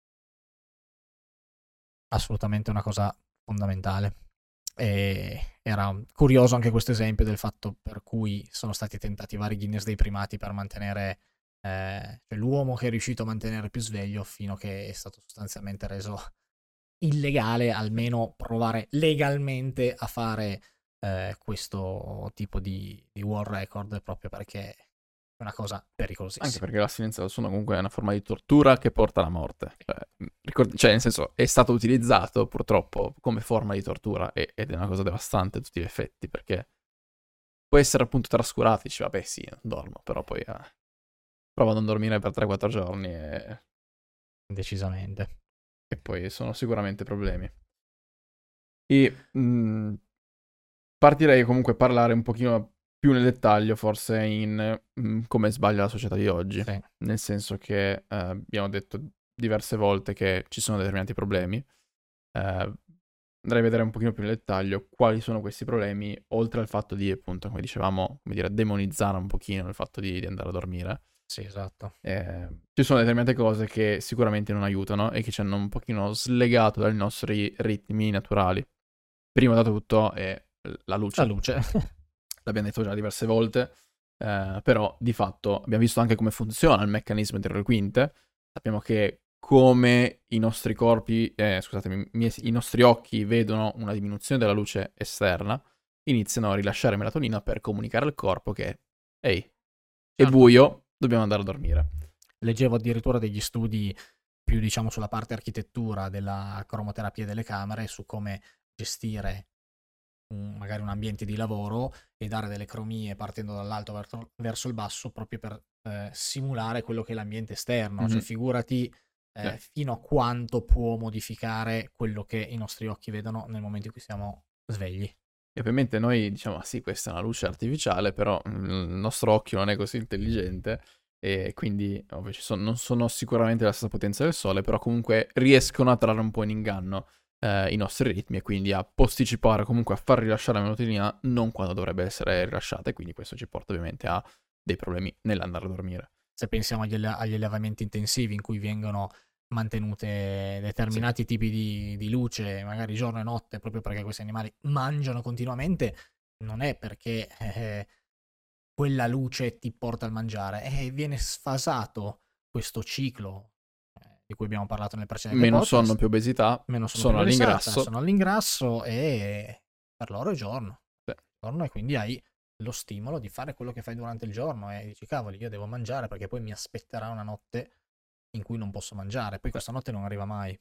Assolutamente una cosa fondamentale. E era curioso anche questo esempio del fatto per cui sono stati tentati vari Guinness dei primati per mantenere eh, cioè l'uomo che è riuscito a mantenere più sveglio fino a che è stato sostanzialmente reso illegale, almeno provare legalmente a fare eh, questo tipo di, di world record, proprio perché è una cosa Anche pericolosissima. perché l'astinenza dal sonno comunque è una forma di tortura che porta alla morte. Cioè, ricordi- cioè, nel senso, è stato utilizzato purtroppo come forma di tortura e- ed è una cosa devastante a tutti gli effetti, perché può essere appunto trascurato, dici, vabbè sì, non dormo, però poi eh, prova a non dormire per tre quattro giorni e, Decisamente. e poi sono sicuramente problemi. E mh, partirei comunque a parlare un pochino più nel dettaglio, forse in mh, come sbaglia la società di oggi. Sì. Nel senso che eh, abbiamo detto diverse volte che ci sono determinati problemi. Eh, andrei a vedere un pochino più nel dettaglio quali sono questi problemi, oltre al fatto di, appunto, come dicevamo, come dire, demonizzare un pochino il fatto di, di andare a dormire. Sì, esatto. Eh, ci sono determinate cose che sicuramente non aiutano e che ci hanno un pochino slegato dai nostri ritmi naturali. Prima da tutto è la La luce. luce. L'abbiamo detto già diverse volte, eh, però di fatto abbiamo visto anche come funziona il meccanismo dietro le quinte. Sappiamo che come i nostri corpi, eh, scusatemi, mie- i nostri occhi vedono una diminuzione della luce esterna, iniziano a rilasciare melatonina per comunicare al corpo che, ehi, è Certo. buio, dobbiamo andare a dormire. Leggevo addirittura degli studi più, diciamo, sulla parte architettura della cromoterapia delle camere, su come gestire un- magari un ambiente di lavoro e dare delle cromie partendo dall'alto verso, verso il basso, proprio per eh, simulare quello che è l'ambiente esterno. Cioè, Mhm. figurati eh, Sì. fino a quanto può modificare quello che i nostri occhi vedono nel momento in cui siamo svegli. E ovviamente noi diciamo, ah, sì, questa è una luce artificiale, però mm, il nostro occhio non è così intelligente e quindi ovvio, ci sono- non sono sicuramente la stessa potenza del sole, però comunque riescono a trarre un po' in inganno eh, i nostri ritmi e quindi a posticipare, comunque a far rilasciare la melatonina non quando dovrebbe essere rilasciata e quindi questo ci porta ovviamente a dei problemi nell'andare a dormire. Se pensiamo agli, alle- agli allevamenti intensivi in cui vengono mantenute determinati tipi di, di luce, magari giorno e notte, proprio perché questi animali mangiano continuamente, non è perché eh, quella luce ti porta al mangiare, eh, viene sfasato questo ciclo eh, di cui abbiamo parlato nel precedente Meno sonno, podcast. più obesità, Meno sono sono più risata, all'ingrasso. sono all'ingrasso e per loro è giorno. Sì. Giorno e quindi hai lo stimolo di fare quello che fai durante il giorno e dici cavoli io devo mangiare perché poi mi aspetterà una notte in cui non posso mangiare, poi Sì. questa notte non arriva mai.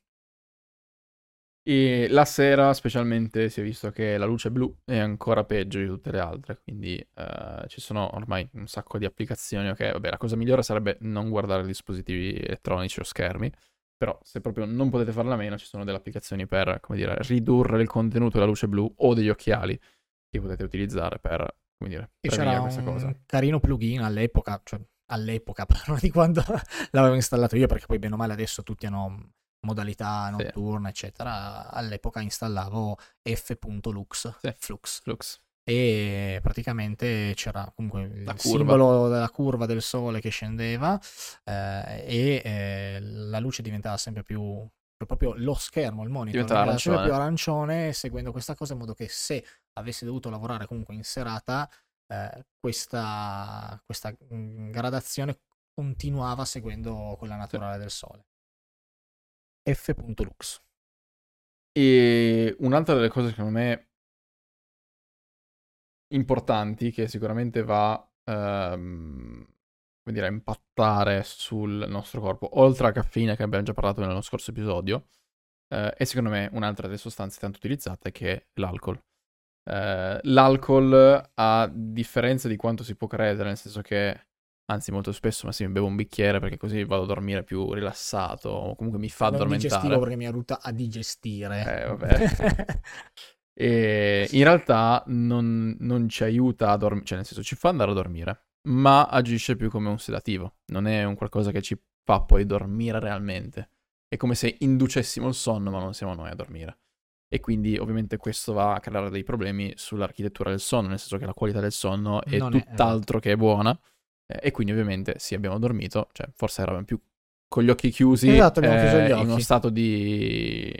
E la sera specialmente si è visto che la luce blu è ancora peggio di tutte le altre, quindi eh, ci sono ormai un sacco di applicazioni. Ok, vabbè, la cosa migliore sarebbe non guardare dispositivi elettronici o schermi, però se proprio non potete farla a meno ci sono delle applicazioni per, come dire, ridurre il contenuto della luce blu o degli occhiali che potete utilizzare per, come dire, E prevenire c'era questa cosa. un carino plugin all'epoca, cioè all'epoca parlo di quando l'avevo installato io perché poi bene o male adesso tutti hanno modalità Sì, notturna eccetera. All'epoca installavo f.lux sì, flux Flux, e praticamente c'era comunque la il curva. simbolo della curva del sole che scendeva eh, e eh, la luce diventava sempre più proprio lo schermo, il monitor Diventa diventava sempre più arancione. arancione seguendo questa cosa in modo che se avessi dovuto lavorare comunque in serata eh, questa, questa mm, gradazione continuava seguendo quella Sì. naturale del sole. f.lux. E un'altra delle cose secondo me importanti che sicuramente va ehm, come dire, a impattare sul nostro corpo, oltre alla caffeina che abbiamo già parlato nello scorso episodio, eh, è secondo me un'altra delle sostanze tanto utilizzate che è l'alcol. Eh, l'alcol, a differenza di quanto si può credere, nel senso che, anzi molto spesso, ma sì, mi bevo un bicchiere perché così vado a dormire più rilassato, o comunque mi fa Non digestivo addormentare. perché mi aiuta a digestire. Eh, vabbè. E in realtà non, non ci aiuta a dormire, cioè nel senso ci fa andare a dormire, ma agisce più come un sedativo, non è un qualcosa che ci fa poi dormire realmente. È come se inducessimo il sonno, ma non siamo noi a dormire. E quindi ovviamente questo va a creare dei problemi sull'architettura del sonno, nel senso che la qualità del sonno è Non è, esatto. tutt'altro che buona. Eh, e quindi ovviamente sì, abbiamo dormito, cioè forse eravamo più con gli occhi chiusi, Esatto, abbiamo chiuso eh, gli in uno occhi. stato di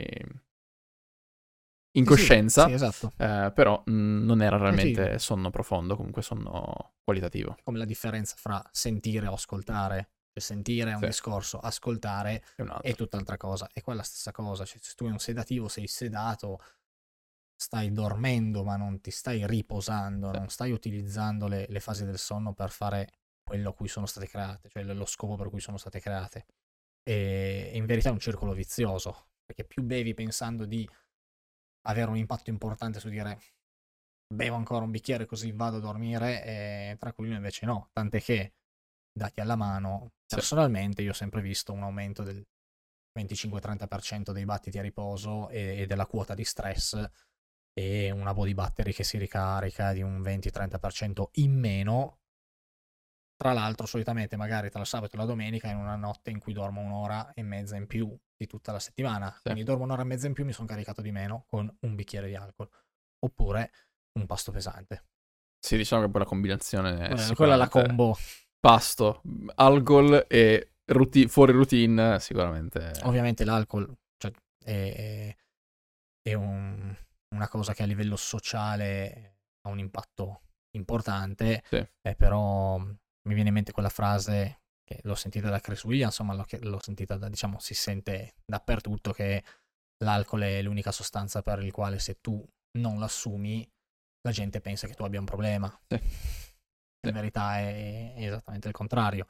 Sì, sì, incoscienza, sì, esatto. eh, però mh, non era Eh sì, realmente sonno profondo, comunque sonno qualitativo. come la differenza fra sentire o ascoltare. Cioè, sentire è un Sì, discorso, ascoltare è un è altro. tutt'altra cosa. E qua è la stessa cosa. Cioè, se tu hai un sedativo, sei sedato, stai dormendo, ma non ti stai riposando, Sì, non stai utilizzando le, le fasi del sonno per fare quello a cui sono state create, cioè lo scopo per cui sono state create. E in verità è un circolo vizioso, perché più bevi pensando di avere un impatto importante su dire bevo ancora un bicchiere così vado a dormire e tranquillo invece no, tant'è che dati alla mano sì, personalmente io ho sempre visto un aumento del venticinque-trenta per cento dei battiti a riposo e, e della quota di stress e una body battery che si ricarica di un venti-trenta per cento in meno. Tra l'altro, solitamente magari tra il sabato e la domenica in una notte in cui dormo un'ora e mezza in più di tutta la settimana. sì. Quindi dormo un'ora e mezza in più, mi sono caricato di meno con un bicchiere di alcol. Oppure un pasto pesante. Sì, diciamo che poi la combinazione è Eh, quella è la sicuramente combo. pasto, alcol e routine, fuori routine, sicuramente. Ovviamente l'alcol cioè, è, è un- una cosa che a livello sociale ha un impatto importante, Sì, eh, però mi viene in mente quella frase che l'ho sentita da Chris Williams, insomma l'ho, l'ho sentita da, diciamo, si sente dappertutto che l'alcol è l'unica sostanza per il quale se tu non l'assumi la gente pensa che tu abbia un problema. sì, In sì. verità è, è esattamente il contrario.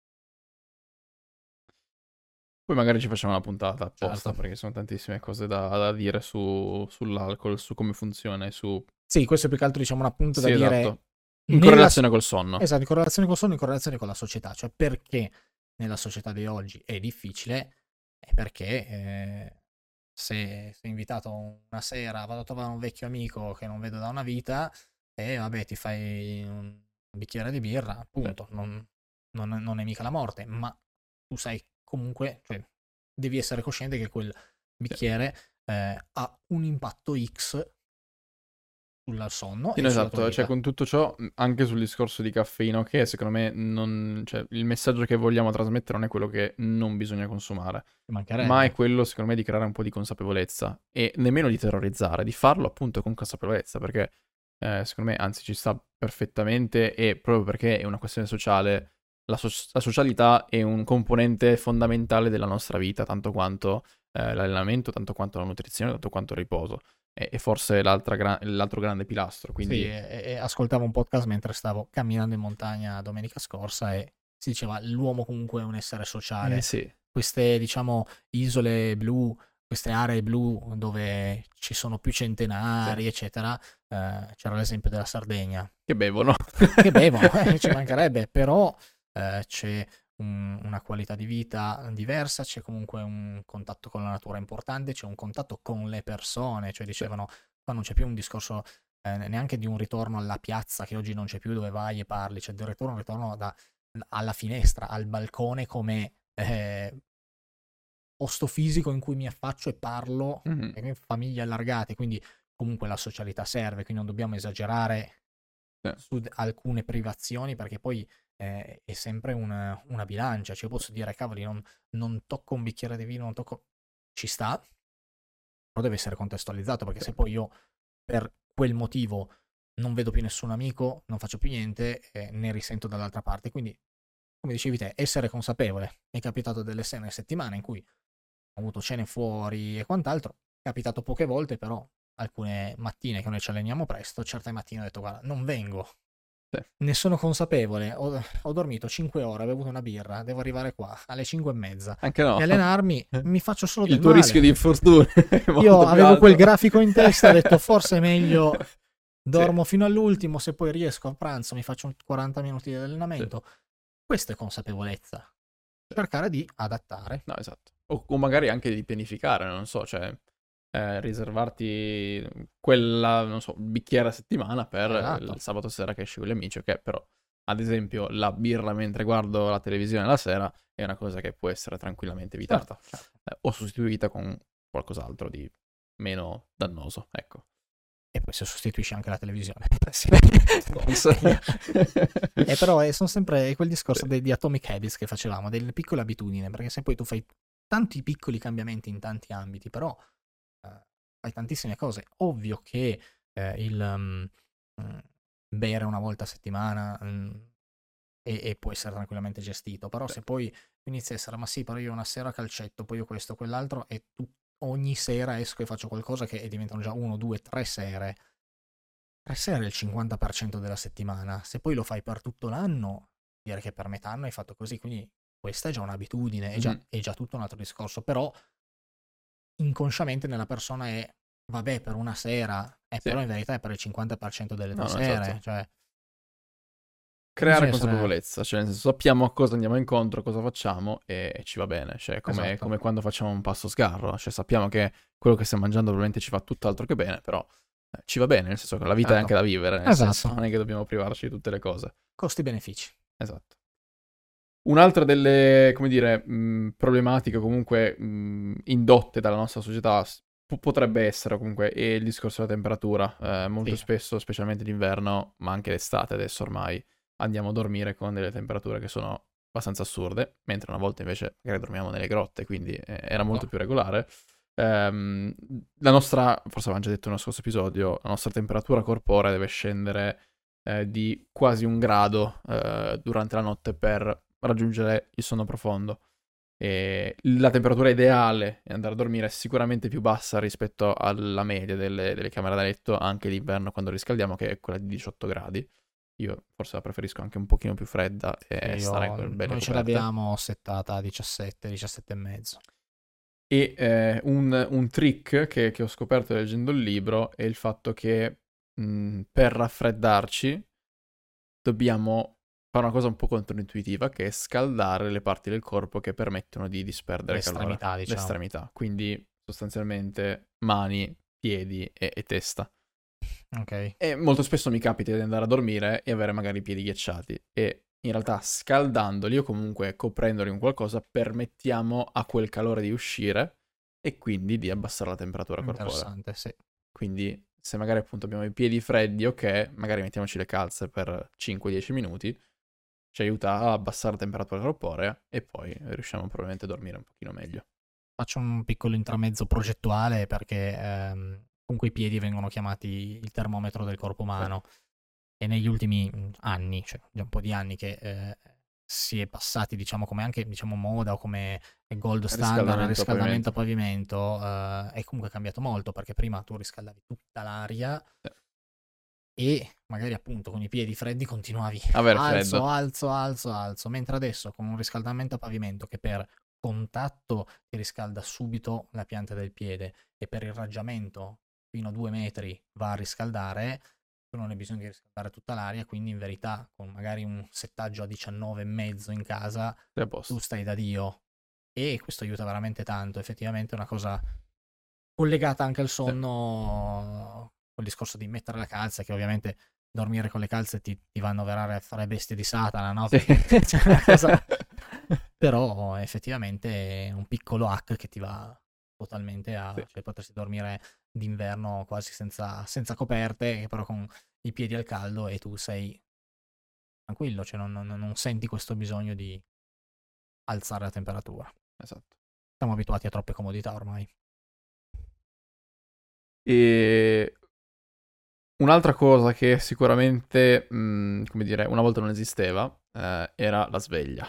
Poi magari ci facciamo una puntata apposta, Certo. perché ci sono tantissime cose da, da dire su, sull'alcol, su come funziona e su... Sì, questo è più che altro diciamo un appunto Sì, da dire esatto. In nella, correlazione col sonno. esatto, in correlazione col sonno, in correlazione con la società, cioè perché nella società di oggi è difficile, È perché eh, se sei invitato una sera, vado a trovare un vecchio amico che non vedo da una vita e vabbè ti fai un bicchiere di birra, Sì, appunto, non, non- non è mica la morte, ma tu sai comunque, cioè, devi essere cosciente che quel sì. bicchiere eh, ha un impatto X sul sonno Sì, e no, sulla tua esatto, cioè vita. con tutto ciò, mh, anche sul discorso di caffeina, che secondo me non, cioè, il messaggio che vogliamo trasmettere non è quello che non bisogna consumare, Ci ma è mancherebbe. quello, secondo me, di creare un po' di consapevolezza e nemmeno di terrorizzare, di farlo appunto con consapevolezza, perché eh, secondo me, anzi, ci sta perfettamente e proprio perché è una questione sociale, la, so- la socialità è un componente fondamentale della nostra vita, tanto quanto eh, l'allenamento, tanto quanto la nutrizione, tanto quanto il riposo e, e forse l'altra gra- l'altro grande pilastro. Sì, Quindi, e, e ascoltavo un podcast mentre stavo camminando in montagna domenica scorsa e si diceva l'uomo comunque è un essere eh sociale. sì, Queste, diciamo, isole blu, queste aree blu dove ci sono più sì, centenari, eccetera, eh, c'era l'esempio della Sardegna, che bevono. che bevono, eh, ci mancherebbe, però eh, c'è un- una qualità di vita diversa, c'è comunque un contatto con la natura importante, c'è un contatto con le persone, cioè Sì. dicevano, qua non c'è più un discorso eh, neanche di un ritorno alla piazza che oggi non c'è più dove vai e parli, c'è del ritorno, un ritorno da- alla finestra, al balcone come eh, posto fisico in cui mi affaccio e parlo, Mhm. e famiglie allargate, quindi comunque la socialità serve, quindi non dobbiamo esagerare Sì. su d- alcune privazioni perché poi eh, è sempre una, una bilancia, cioè io posso dire cavoli non, non tocco un bicchiere di vino, non tocco... ci sta, però deve essere contestualizzato perché Sì. se poi io per quel motivo non vedo più nessun amico, non faccio più niente, eh, ne risento dall'altra parte, quindi come dicevi te, essere consapevole. Mi è capitato delle sere settimane in cui ho avuto cene fuori e quant'altro, è capitato poche volte, però alcune mattine che noi ci alleniamo presto, certe mattine ho detto guarda, non vengo, Sì. ne sono consapevole, ho, ho dormito cinque ore, ho bevuto una birra, devo arrivare qua alle cinque e mezza Anche no. e allenarmi, mi faccio solo Il del tuo rischio male. di infortunio è Io molto più avevo quel alto. grafico in testa, ho detto forse è meglio Sì, dormo fino all'ultimo, se poi riesco a pranzo mi faccio quaranta minuti di sì, allenamento. Questa è consapevolezza. sì. Cercare di adattare. No, esatto. O, o magari anche di pianificare, non so, cioè eh, riservarti quella, non so, bicchiere a settimana per il Esatto. sabato sera che esci con gli amici, ok? Però, ad esempio, la birra mentre guardo la televisione la sera è una cosa che può essere tranquillamente Certo, evitata. certo. Eh, o sostituita con qualcos'altro di meno dannoso, ecco. E poi se sostituisci anche la televisione. Eh sì, sponsor. E però eh, sono sempre quel Sì, discorso dei, di Atomic Habits che facevamo, delle piccole abitudini, perché se poi tu fai tanti piccoli cambiamenti in tanti ambiti, però eh, fai tantissime cose. Ovvio che eh, il um, mm, bere una volta a settimana mm, e, e può essere tranquillamente gestito, però sì. se poi inizi a essere, ma sì, però io una sera a calcetto, poi io questo, quell'altro, e tu ogni sera esco e faccio qualcosa che diventano già uno, due, tre sere. Tre sere è il cinquanta per cento della settimana. Se poi lo fai per tutto l'anno, direi che per metà anno hai fatto così, quindi questa è già un'abitudine, è già, Mhm. è già tutto un altro discorso, però inconsciamente nella persona è, vabbè, per una sera, eh, Sì, però in verità è per il cinquanta per cento delle tue no, no, sere, esatto. cioè Creare bisogna essere... consapevolezza, cioè nel senso sappiamo a cosa andiamo incontro, cosa facciamo e, e ci va bene, cioè come, Esatto, come quando facciamo un pasto sgarro, cioè sappiamo che quello che stiamo mangiando probabilmente ci fa tutt'altro che bene, però eh, ci va bene, nel senso che la vita è anche certo, da vivere, nel senso esatto, non è che dobbiamo privarci di tutte le cose. costi-benefici. Esatto. Un'altra delle, come dire, mh, problematiche comunque mh, indotte dalla nostra società s- po- potrebbe essere comunque è il discorso della temperatura. Eh, molto Sì, spesso, specialmente d'inverno, ma anche d'estate adesso ormai, andiamo a dormire con delle temperature che sono abbastanza assurde, mentre una volta invece magari dormiamo nelle grotte, quindi eh, era molto certo. più regolare. Ehm, la nostra, forse avevamo già detto nello scorso episodio, la nostra temperatura corporea deve scendere eh, di quasi un grado eh, durante la notte per raggiungere il sonno profondo. E la temperatura ideale e andare a dormire è sicuramente più bassa rispetto alla media delle, delle camere da letto, anche d'inverno quando riscaldiamo, che è quella di diciotto gradi. Io forse la preferisco anche un pochino più fredda Sì, e stare io, con belle noi ce coperte. l'abbiamo settata a diciassette, diciassette e mezzo. E eh, un, un trick che, che ho scoperto leggendo il libro è il fatto che mh, per raffreddarci dobbiamo fare una cosa un po' controintuitiva, che è scaldare le parti del corpo che permettono di disperdere calore. L'estremità, diciamo. L'estremità, quindi sostanzialmente mani, piedi e, e testa. Ok. E molto spesso mi capita di andare a dormire e avere magari i piedi ghiacciati, e in realtà scaldandoli o comunque coprendoli con qualcosa permettiamo a quel calore di uscire e quindi di abbassare la temperatura corporea. Interessante, sì. Quindi se magari appunto abbiamo i piedi freddi, ok, magari mettiamoci le calze per cinque dieci minuti, ci aiuta a abbassare la temperatura corporea e poi riusciamo probabilmente a dormire un pochino meglio. Faccio un piccolo intramezzo progettuale perché ehm, comunque i piedi vengono chiamati il termometro del corpo umano, sì. E negli ultimi anni, cioè già un po' di anni che eh, si è passati, diciamo, come anche diciamo moda o come gold standard, il riscaldamento a pavimento, eh, è comunque cambiato molto, perché prima tu riscaldavi tutta l'aria, sì. E magari appunto con i piedi freddi continuavi Aver alzo, freddo. alzo, alzo, alzo, mentre adesso con un riscaldamento a pavimento che per contatto ti riscalda subito la pianta del piede e per irraggiamento fino a due metri va a riscaldare, tu non hai bisogno di riscaldare tutta l'aria, quindi in verità con magari un settaggio a diciannove e mezzo in casa tu stai da Dio, e questo aiuta veramente tanto. Effettivamente è una cosa collegata anche al sonno, sì. Col discorso di mettere la calza, che ovviamente dormire con le calze ti, ti vanno a fare bestie di Satana, no? Perché sì. C'è una cosa... Però effettivamente è un piccolo hack che ti va totalmente a... Sì. Cioè potresti dormire d'inverno quasi senza, senza coperte, però con i piedi al caldo e tu sei tranquillo, cioè non, non, non senti questo bisogno di alzare la temperatura. Esatto. Siamo abituati a troppe comodità ormai. E un'altra cosa che sicuramente, mh, come dire, una volta non esisteva, eh, era la sveglia.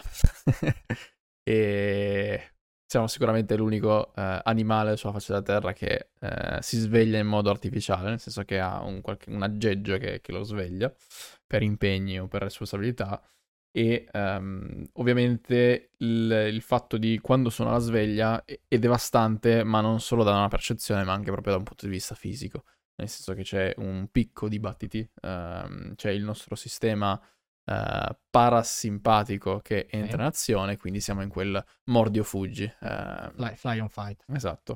E siamo sicuramente l'unico eh, animale sulla faccia della Terra che eh, si sveglia in modo artificiale, nel senso che ha un, qualche, un aggeggio che, che lo sveglia per impegni o per responsabilità. E um, ovviamente il, il fatto di quando suona la sveglia è, è devastante, ma non solo da una percezione, ma anche proprio da un punto di vista fisico. Nel senso che c'è un picco di battiti, um, c'è il nostro sistema uh, parasimpatico che entra in azione, quindi siamo in quel mordi o fuggi. Uh, fly, fly on fight. Esatto.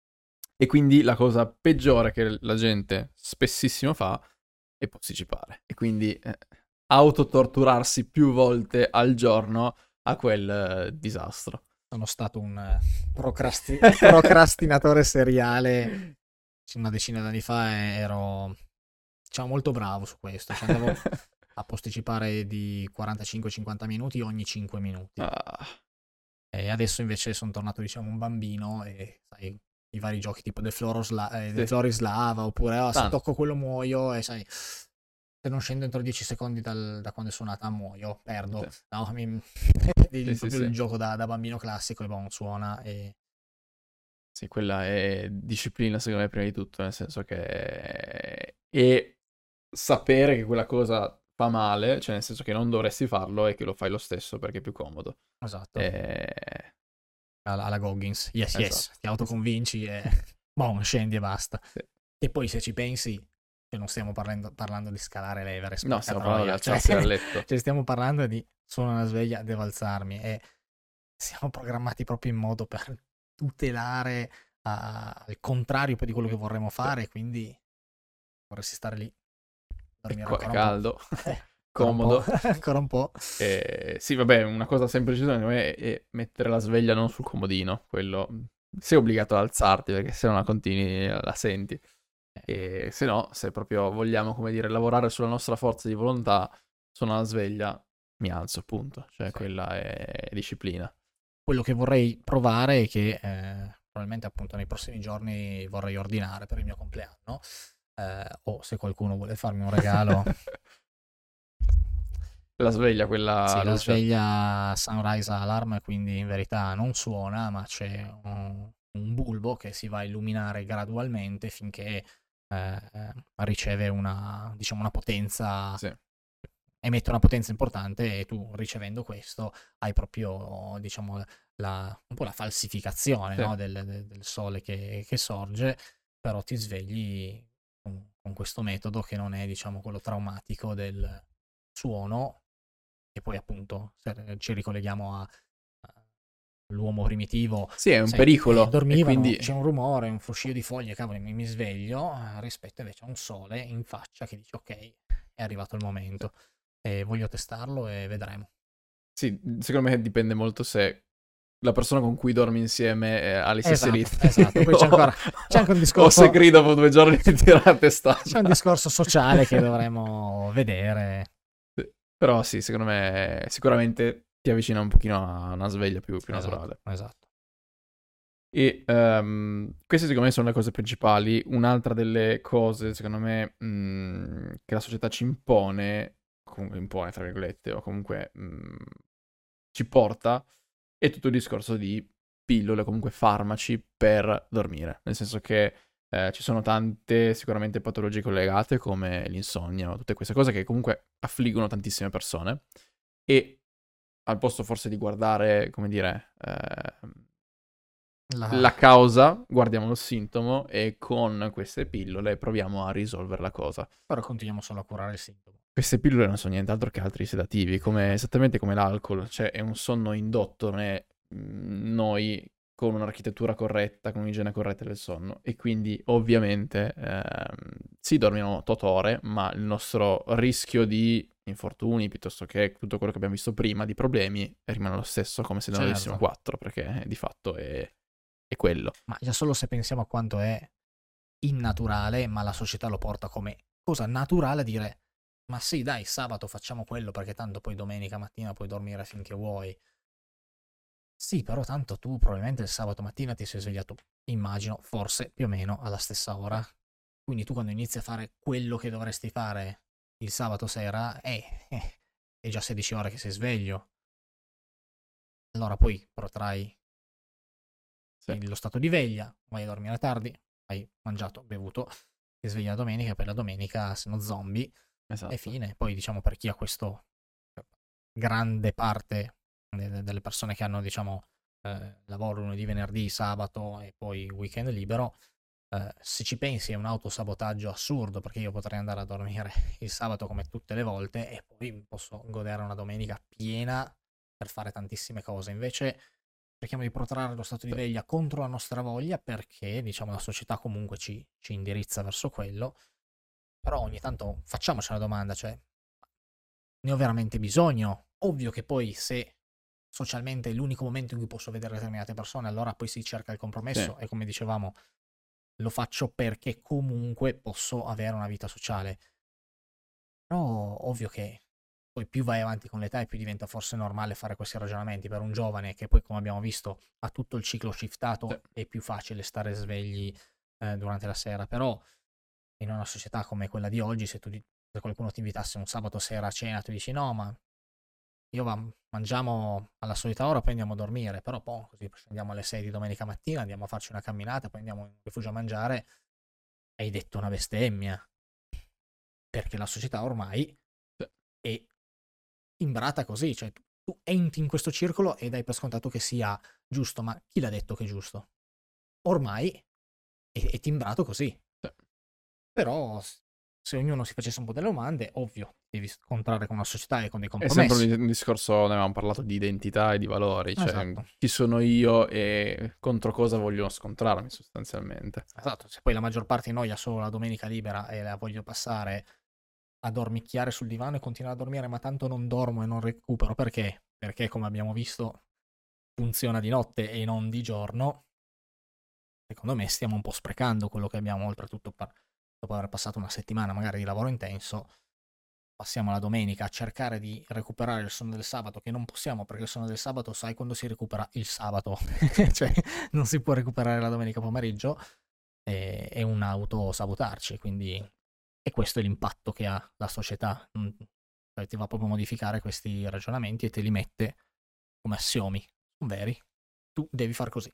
E quindi la cosa peggiore che la gente spessissimo fa è posticipare. E quindi eh, autotorturarsi più volte al giorno a quel uh, disastro. Sono stato un uh, procrasti- procrastinatore seriale. Una decina d'anni fa ero, diciamo, molto bravo su questo. Cioè andavo a posticipare di quarantacinque cinquanta minuti ogni cinque minuti. Ah. E adesso invece sono tornato, diciamo, un bambino e sai, i vari giochi tipo The Floor, Sla- eh, The sì. Floor is Lava, oppure oh, se tocco quello muoio, e sai, se non scendo entro dieci secondi dal, da quando è suonata muoio, perdo. Sì. No, mi... il, sì, sì, il sì. gioco da, da bambino classico, e bon, suona e... Sì, quella è disciplina secondo me prima di tutto, nel senso che è sapere che quella cosa fa male, cioè nel senso che non dovresti farlo e che lo fai lo stesso perché è più comodo. Esatto. E... Alla, alla Goggins, yes, esatto. Yes, ti autoconvinci e boom, scendi e basta. Sì. E poi se ci pensi, cioè non stiamo parlando, parlando di scalare l'Everest. No, stiamo parlando di alzarsi cioè, dal letto. Cioè stiamo parlando di suono una sveglia, devo alzarmi, e siamo programmati proprio in modo per tutelare uh, il contrario di quello che vorremmo fare, sì. Quindi vorresti stare lì, dormire co- ancora caldo, un po'. comodo. Ancora un po'. Eh, sì, vabbè, una cosa semplice secondo me è mettere la sveglia non sul comodino, quello sei obbligato ad alzarti perché se no la continui la senti. E se no, se proprio vogliamo, come dire, lavorare sulla nostra forza di volontà, suona la sveglia, mi alzo, appunto. Cioè, sì. Quella è disciplina. Quello che vorrei provare è che eh, probabilmente appunto nei prossimi giorni vorrei ordinare per il mio compleanno, eh, o se qualcuno vuole farmi un regalo. La sveglia, quella sì, luce. La sveglia Sunrise Alarm, quindi in verità non suona, ma c'è un, un bulbo che si va a illuminare gradualmente finché eh, riceve una, diciamo, una potenza, sì. Emette una potenza importante, e tu ricevendo questo hai proprio, diciamo, la, un po' la falsificazione, sì. No? del, del, del sole che, che sorge, però ti svegli con, con questo metodo che non è, diciamo, quello traumatico del suono, e poi appunto se ci ricolleghiamo a, all'uomo primitivo, Sì, è un sai, eh, pericolo, e dormivano, quindi c'è un rumore, un fruscio di foglie, cavoli, mi, mi sveglio, eh, rispetto invece a un sole in faccia che dice ok, è arrivato il momento, e voglio testarlo e vedremo. sì, secondo me dipende molto se la persona con cui dormi insieme eh, ha le stesse Esatto, ritmi esatto. Poi c'è o, ancora c'è anche un o se discorso, Cree dopo due giorni ti tira la c'è un testata. discorso sociale che dovremo vedere. Sì. Però sì, secondo me sicuramente ti avvicina un pochino a una sveglia più, più Esatto, naturale. esatto. E ehm, queste secondo me sono le cose principali. Un'altra delle cose, secondo me, mh, che la società ci impone, comunque impone, tra virgolette, o comunque mh, ci porta, è tutto il discorso di pillole, comunque farmaci per dormire. Nel senso che eh, ci sono tante sicuramente patologie collegate come l'insonnia o tutte queste cose che comunque affliggono tantissime persone e al posto forse di guardare, come dire, eh, La- la causa, guardiamo il sintomo e con queste pillole proviamo a risolvere la cosa. Però continuiamo solo a curare il sintomo. Queste pillole non sono nient'altro che altri sedativi, come, esattamente come l'alcol, cioè è un sonno indotto, non è mm, noi con un'architettura corretta, con un'igiene corretta del sonno. E quindi ovviamente ehm, sì, dormiamo otto ore, ma il nostro rischio di infortuni, piuttosto che tutto quello che abbiamo visto prima, di problemi, rimane lo stesso come se ne avessimo Certo, quattro, perché eh, di fatto è, è quello. ma già solo se pensiamo a quanto è innaturale, ma la società lo porta come cosa naturale a dire ma sì, dai, sabato facciamo quello perché tanto poi domenica mattina puoi dormire finché vuoi. Sì, però tanto tu probabilmente il sabato mattina ti sei svegliato, immagino, forse più o meno alla stessa ora. Quindi tu quando inizi a fare quello che dovresti fare il sabato sera, eh, eh, è già sedici ore che sei sveglio. Allora poi protrai Sì, lo stato di veglia, vai a dormire tardi, hai mangiato, bevuto, ti svegli la domenica e poi la domenica sono zombie e esatto. fine. Poi diciamo per chi ha questo grande parte delle persone che hanno diciamo eh, lavoro lunedì, venerdì, sabato e poi weekend libero, eh, se ci pensi è un autosabotaggio assurdo perché io potrei andare a dormire il sabato come tutte le volte e poi posso godere una domenica piena per fare tantissime cose. Invece cerchiamo di protrarre lo stato di Sì, veglia contro la nostra voglia perché diciamo la società comunque ci, ci indirizza verso quello, però ogni tanto facciamoci una domanda, cioè ne ho veramente bisogno? Ovvio che poi se socialmente è l'unico momento in cui posso vedere determinate persone, allora poi si cerca il sì, compromesso e come dicevamo lo faccio perché comunque posso avere una vita sociale. Però ovvio che poi più vai avanti con l'età e più diventa forse normale fare questi ragionamenti. Per un giovane che poi, come abbiamo visto, ha tutto il ciclo sì. shiftato, è più facile stare svegli eh, durante la sera. Però in una società come quella di oggi, se, tu, se qualcuno ti invitasse un sabato sera a cena, tu dici no, ma io va, mangiamo alla solita ora, poi andiamo a dormire. Però poi così scendiamo alle sei di domenica mattina, andiamo a farci una camminata, poi andiamo in rifugio a mangiare. Hai detto una bestemmia. Perché la società ormai Sì. è imbrata così, cioè tu, tu entri in questo circolo e dai per scontato che sia giusto, ma chi l'ha detto che è giusto? Ormai è, è timbrato così. Sì. Però se ognuno si facesse un po' delle domande, ovvio, devi scontrare con una società e con dei È sempre compromessi. un, un discorso, ne avevamo parlato di identità e di valori, cioè Esatto. chi sono io e contro cosa voglio scontrarmi sostanzialmente. Esatto, se poi la maggior parte di noi ha solo la domenica libera e la voglio passare a dormicchiare sul divano e continuare a dormire, ma tanto non dormo e non recupero, perché? Perché come abbiamo visto funziona di notte e non di giorno, secondo me stiamo un po' sprecando quello che abbiamo, oltretutto per, dopo aver passato una settimana magari di lavoro intenso, passiamo la domenica a cercare di recuperare il sonno del sabato, che non possiamo perché il sonno del sabato sai quando si recupera il sabato, cioè non si può recuperare la domenica pomeriggio, e, è un autosabotarci, quindi e questo è l'impatto che ha la società, mm, cioè ti va proprio a modificare questi ragionamenti e te li mette come assiomi, sono veri, tu devi far così.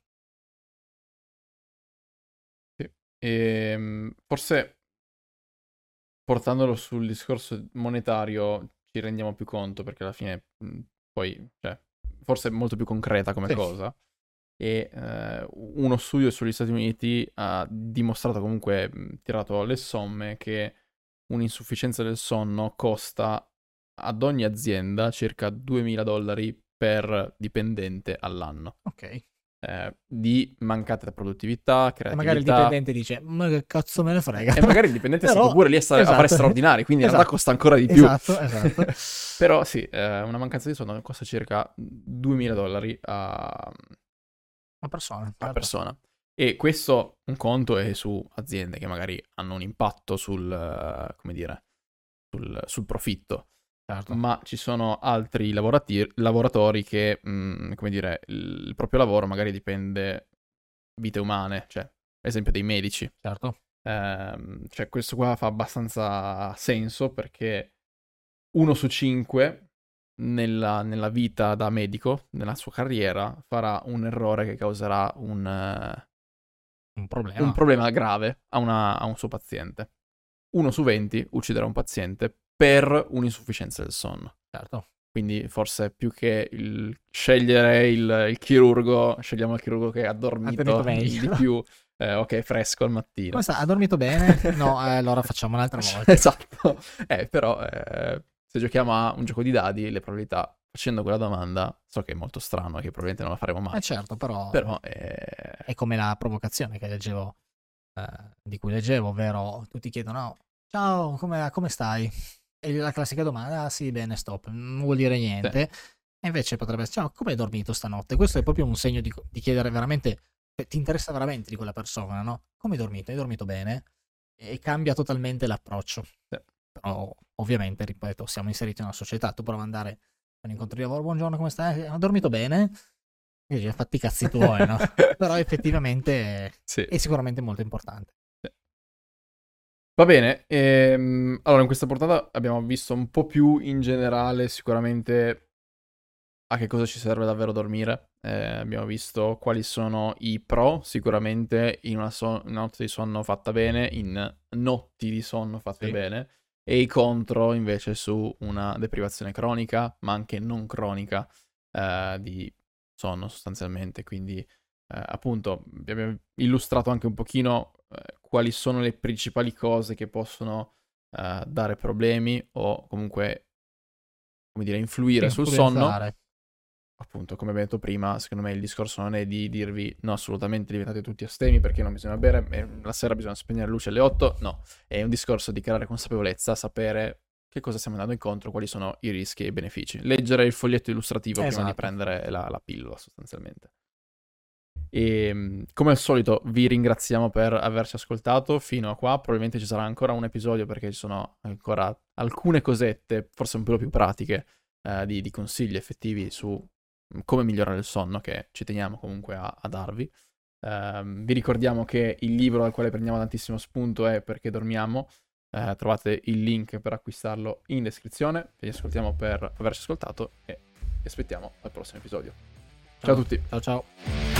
Sì. E forse portandolo sul discorso monetario ci rendiamo più conto perché alla fine mh, poi, cioè, forse è molto più concreta come Sì. cosa. E eh, uno studio sugli Stati Uniti ha dimostrato comunque, mh, tirato le somme, che un'insufficienza del sonno costa ad ogni azienda circa duemila dollari per dipendente all'anno. Ok. Eh, di mancata produttività, creatività. E magari il dipendente dice, ma che cazzo me ne frega. E magari il dipendente è Però, stato pure lì a, sta- esatto. a fare straordinari, quindi in realtà Esatto. costa ancora di più. Esatto, esatto. Però sì, eh, una mancanza di sonno costa circa duemila dollari a, Una persona. a Certo. persona. E questo un conto è su aziende che magari hanno un impatto sul, eh, come dire, sul, sul profitto. Certo. Ma ci sono altri lavorati- lavoratori che, mh, come dire, il, il proprio lavoro magari dipende vite umane, cioè, ad esempio dei medici. Certo. Ehm, cioè, questo qua fa abbastanza senso perché uno su cinque nella, nella vita da medico, nella sua carriera, farà un errore che causerà un, eh, Un problema. un problema grave a, una- a un suo paziente. Uno su venti ucciderà un paziente per un'insufficienza del sonno. Certo. Quindi forse più che il scegliere il, il chirurgo, scegliamo il chirurgo che ha dormito, Ha dormito meglio. di più, eh, ok, fresco al mattino. Come sta? Ha dormito bene? No, eh, allora facciamo un'altra volta. Esatto. Eh, però eh, se giochiamo a un gioco di dadi, le probabilità, facendo quella domanda, so che è molto strano e che probabilmente non la faremo mai. Eh certo, però, Però eh, è come la provocazione che leggevo, eh, di cui leggevo, ovvero tutti chiedono, "Oh, ciao, come, come stai?" E la classica domanda, ah sì, bene, stop, non vuol dire niente. Sì. E invece potrebbe essere, ciao, come hai dormito stanotte? Questo è proprio un segno di, di chiedere veramente, cioè, ti interessa veramente di quella persona, no? Come hai dormito? Hai dormito bene? E cambia totalmente l'approccio. Sì. Però, ovviamente, ripeto, siamo inseriti in una società, tu provi ad andare a un incontro di lavoro, buongiorno, come stai? Hai dormito bene? E dici, fatti i cazzi tuoi, no? Però effettivamente sì. è sicuramente molto importante. Sì. Va bene, ehm, allora in questa portata abbiamo visto un po' più in generale sicuramente a che cosa ci serve davvero dormire. Eh, abbiamo visto quali sono i pro sicuramente in una, so- una notte di sonno fatta bene, in notti di sonno fatte Sì. bene, e i contro invece su una deprivazione cronica, ma anche non cronica, eh, di sonno sostanzialmente. Quindi eh, appunto abbiamo illustrato anche un pochino eh, quali sono le principali cose che possono eh, dare problemi o comunque, come dire, influire sul sonno. Influenzare. Appunto, come abbiamo detto prima, secondo me il discorso non è di dirvi no, assolutamente diventate tutti astemi perché non bisogna bere, e la sera bisogna spegnere la luce alle otto, no. È un discorso di creare consapevolezza, sapere che cosa stiamo andando incontro, quali sono i rischi e i benefici. Leggere il foglietto illustrativo Esatto. prima di prendere la, la pillola, sostanzialmente. E come al solito vi ringraziamo per averci ascoltato fino a qua. Probabilmente ci sarà ancora un episodio perché ci sono ancora alcune cosette, forse un po' più pratiche, eh, di, di consigli effettivi su come migliorare il sonno, che ci teniamo comunque a, a darvi. Um, vi ricordiamo che il libro dal quale prendiamo tantissimo spunto è Perché dormiamo. Uh, trovate il link per acquistarlo in descrizione. Vi ascoltiamo per averci ascoltato e vi aspettiamo al prossimo episodio. Ciao, ciao a tutti. Ciao ciao.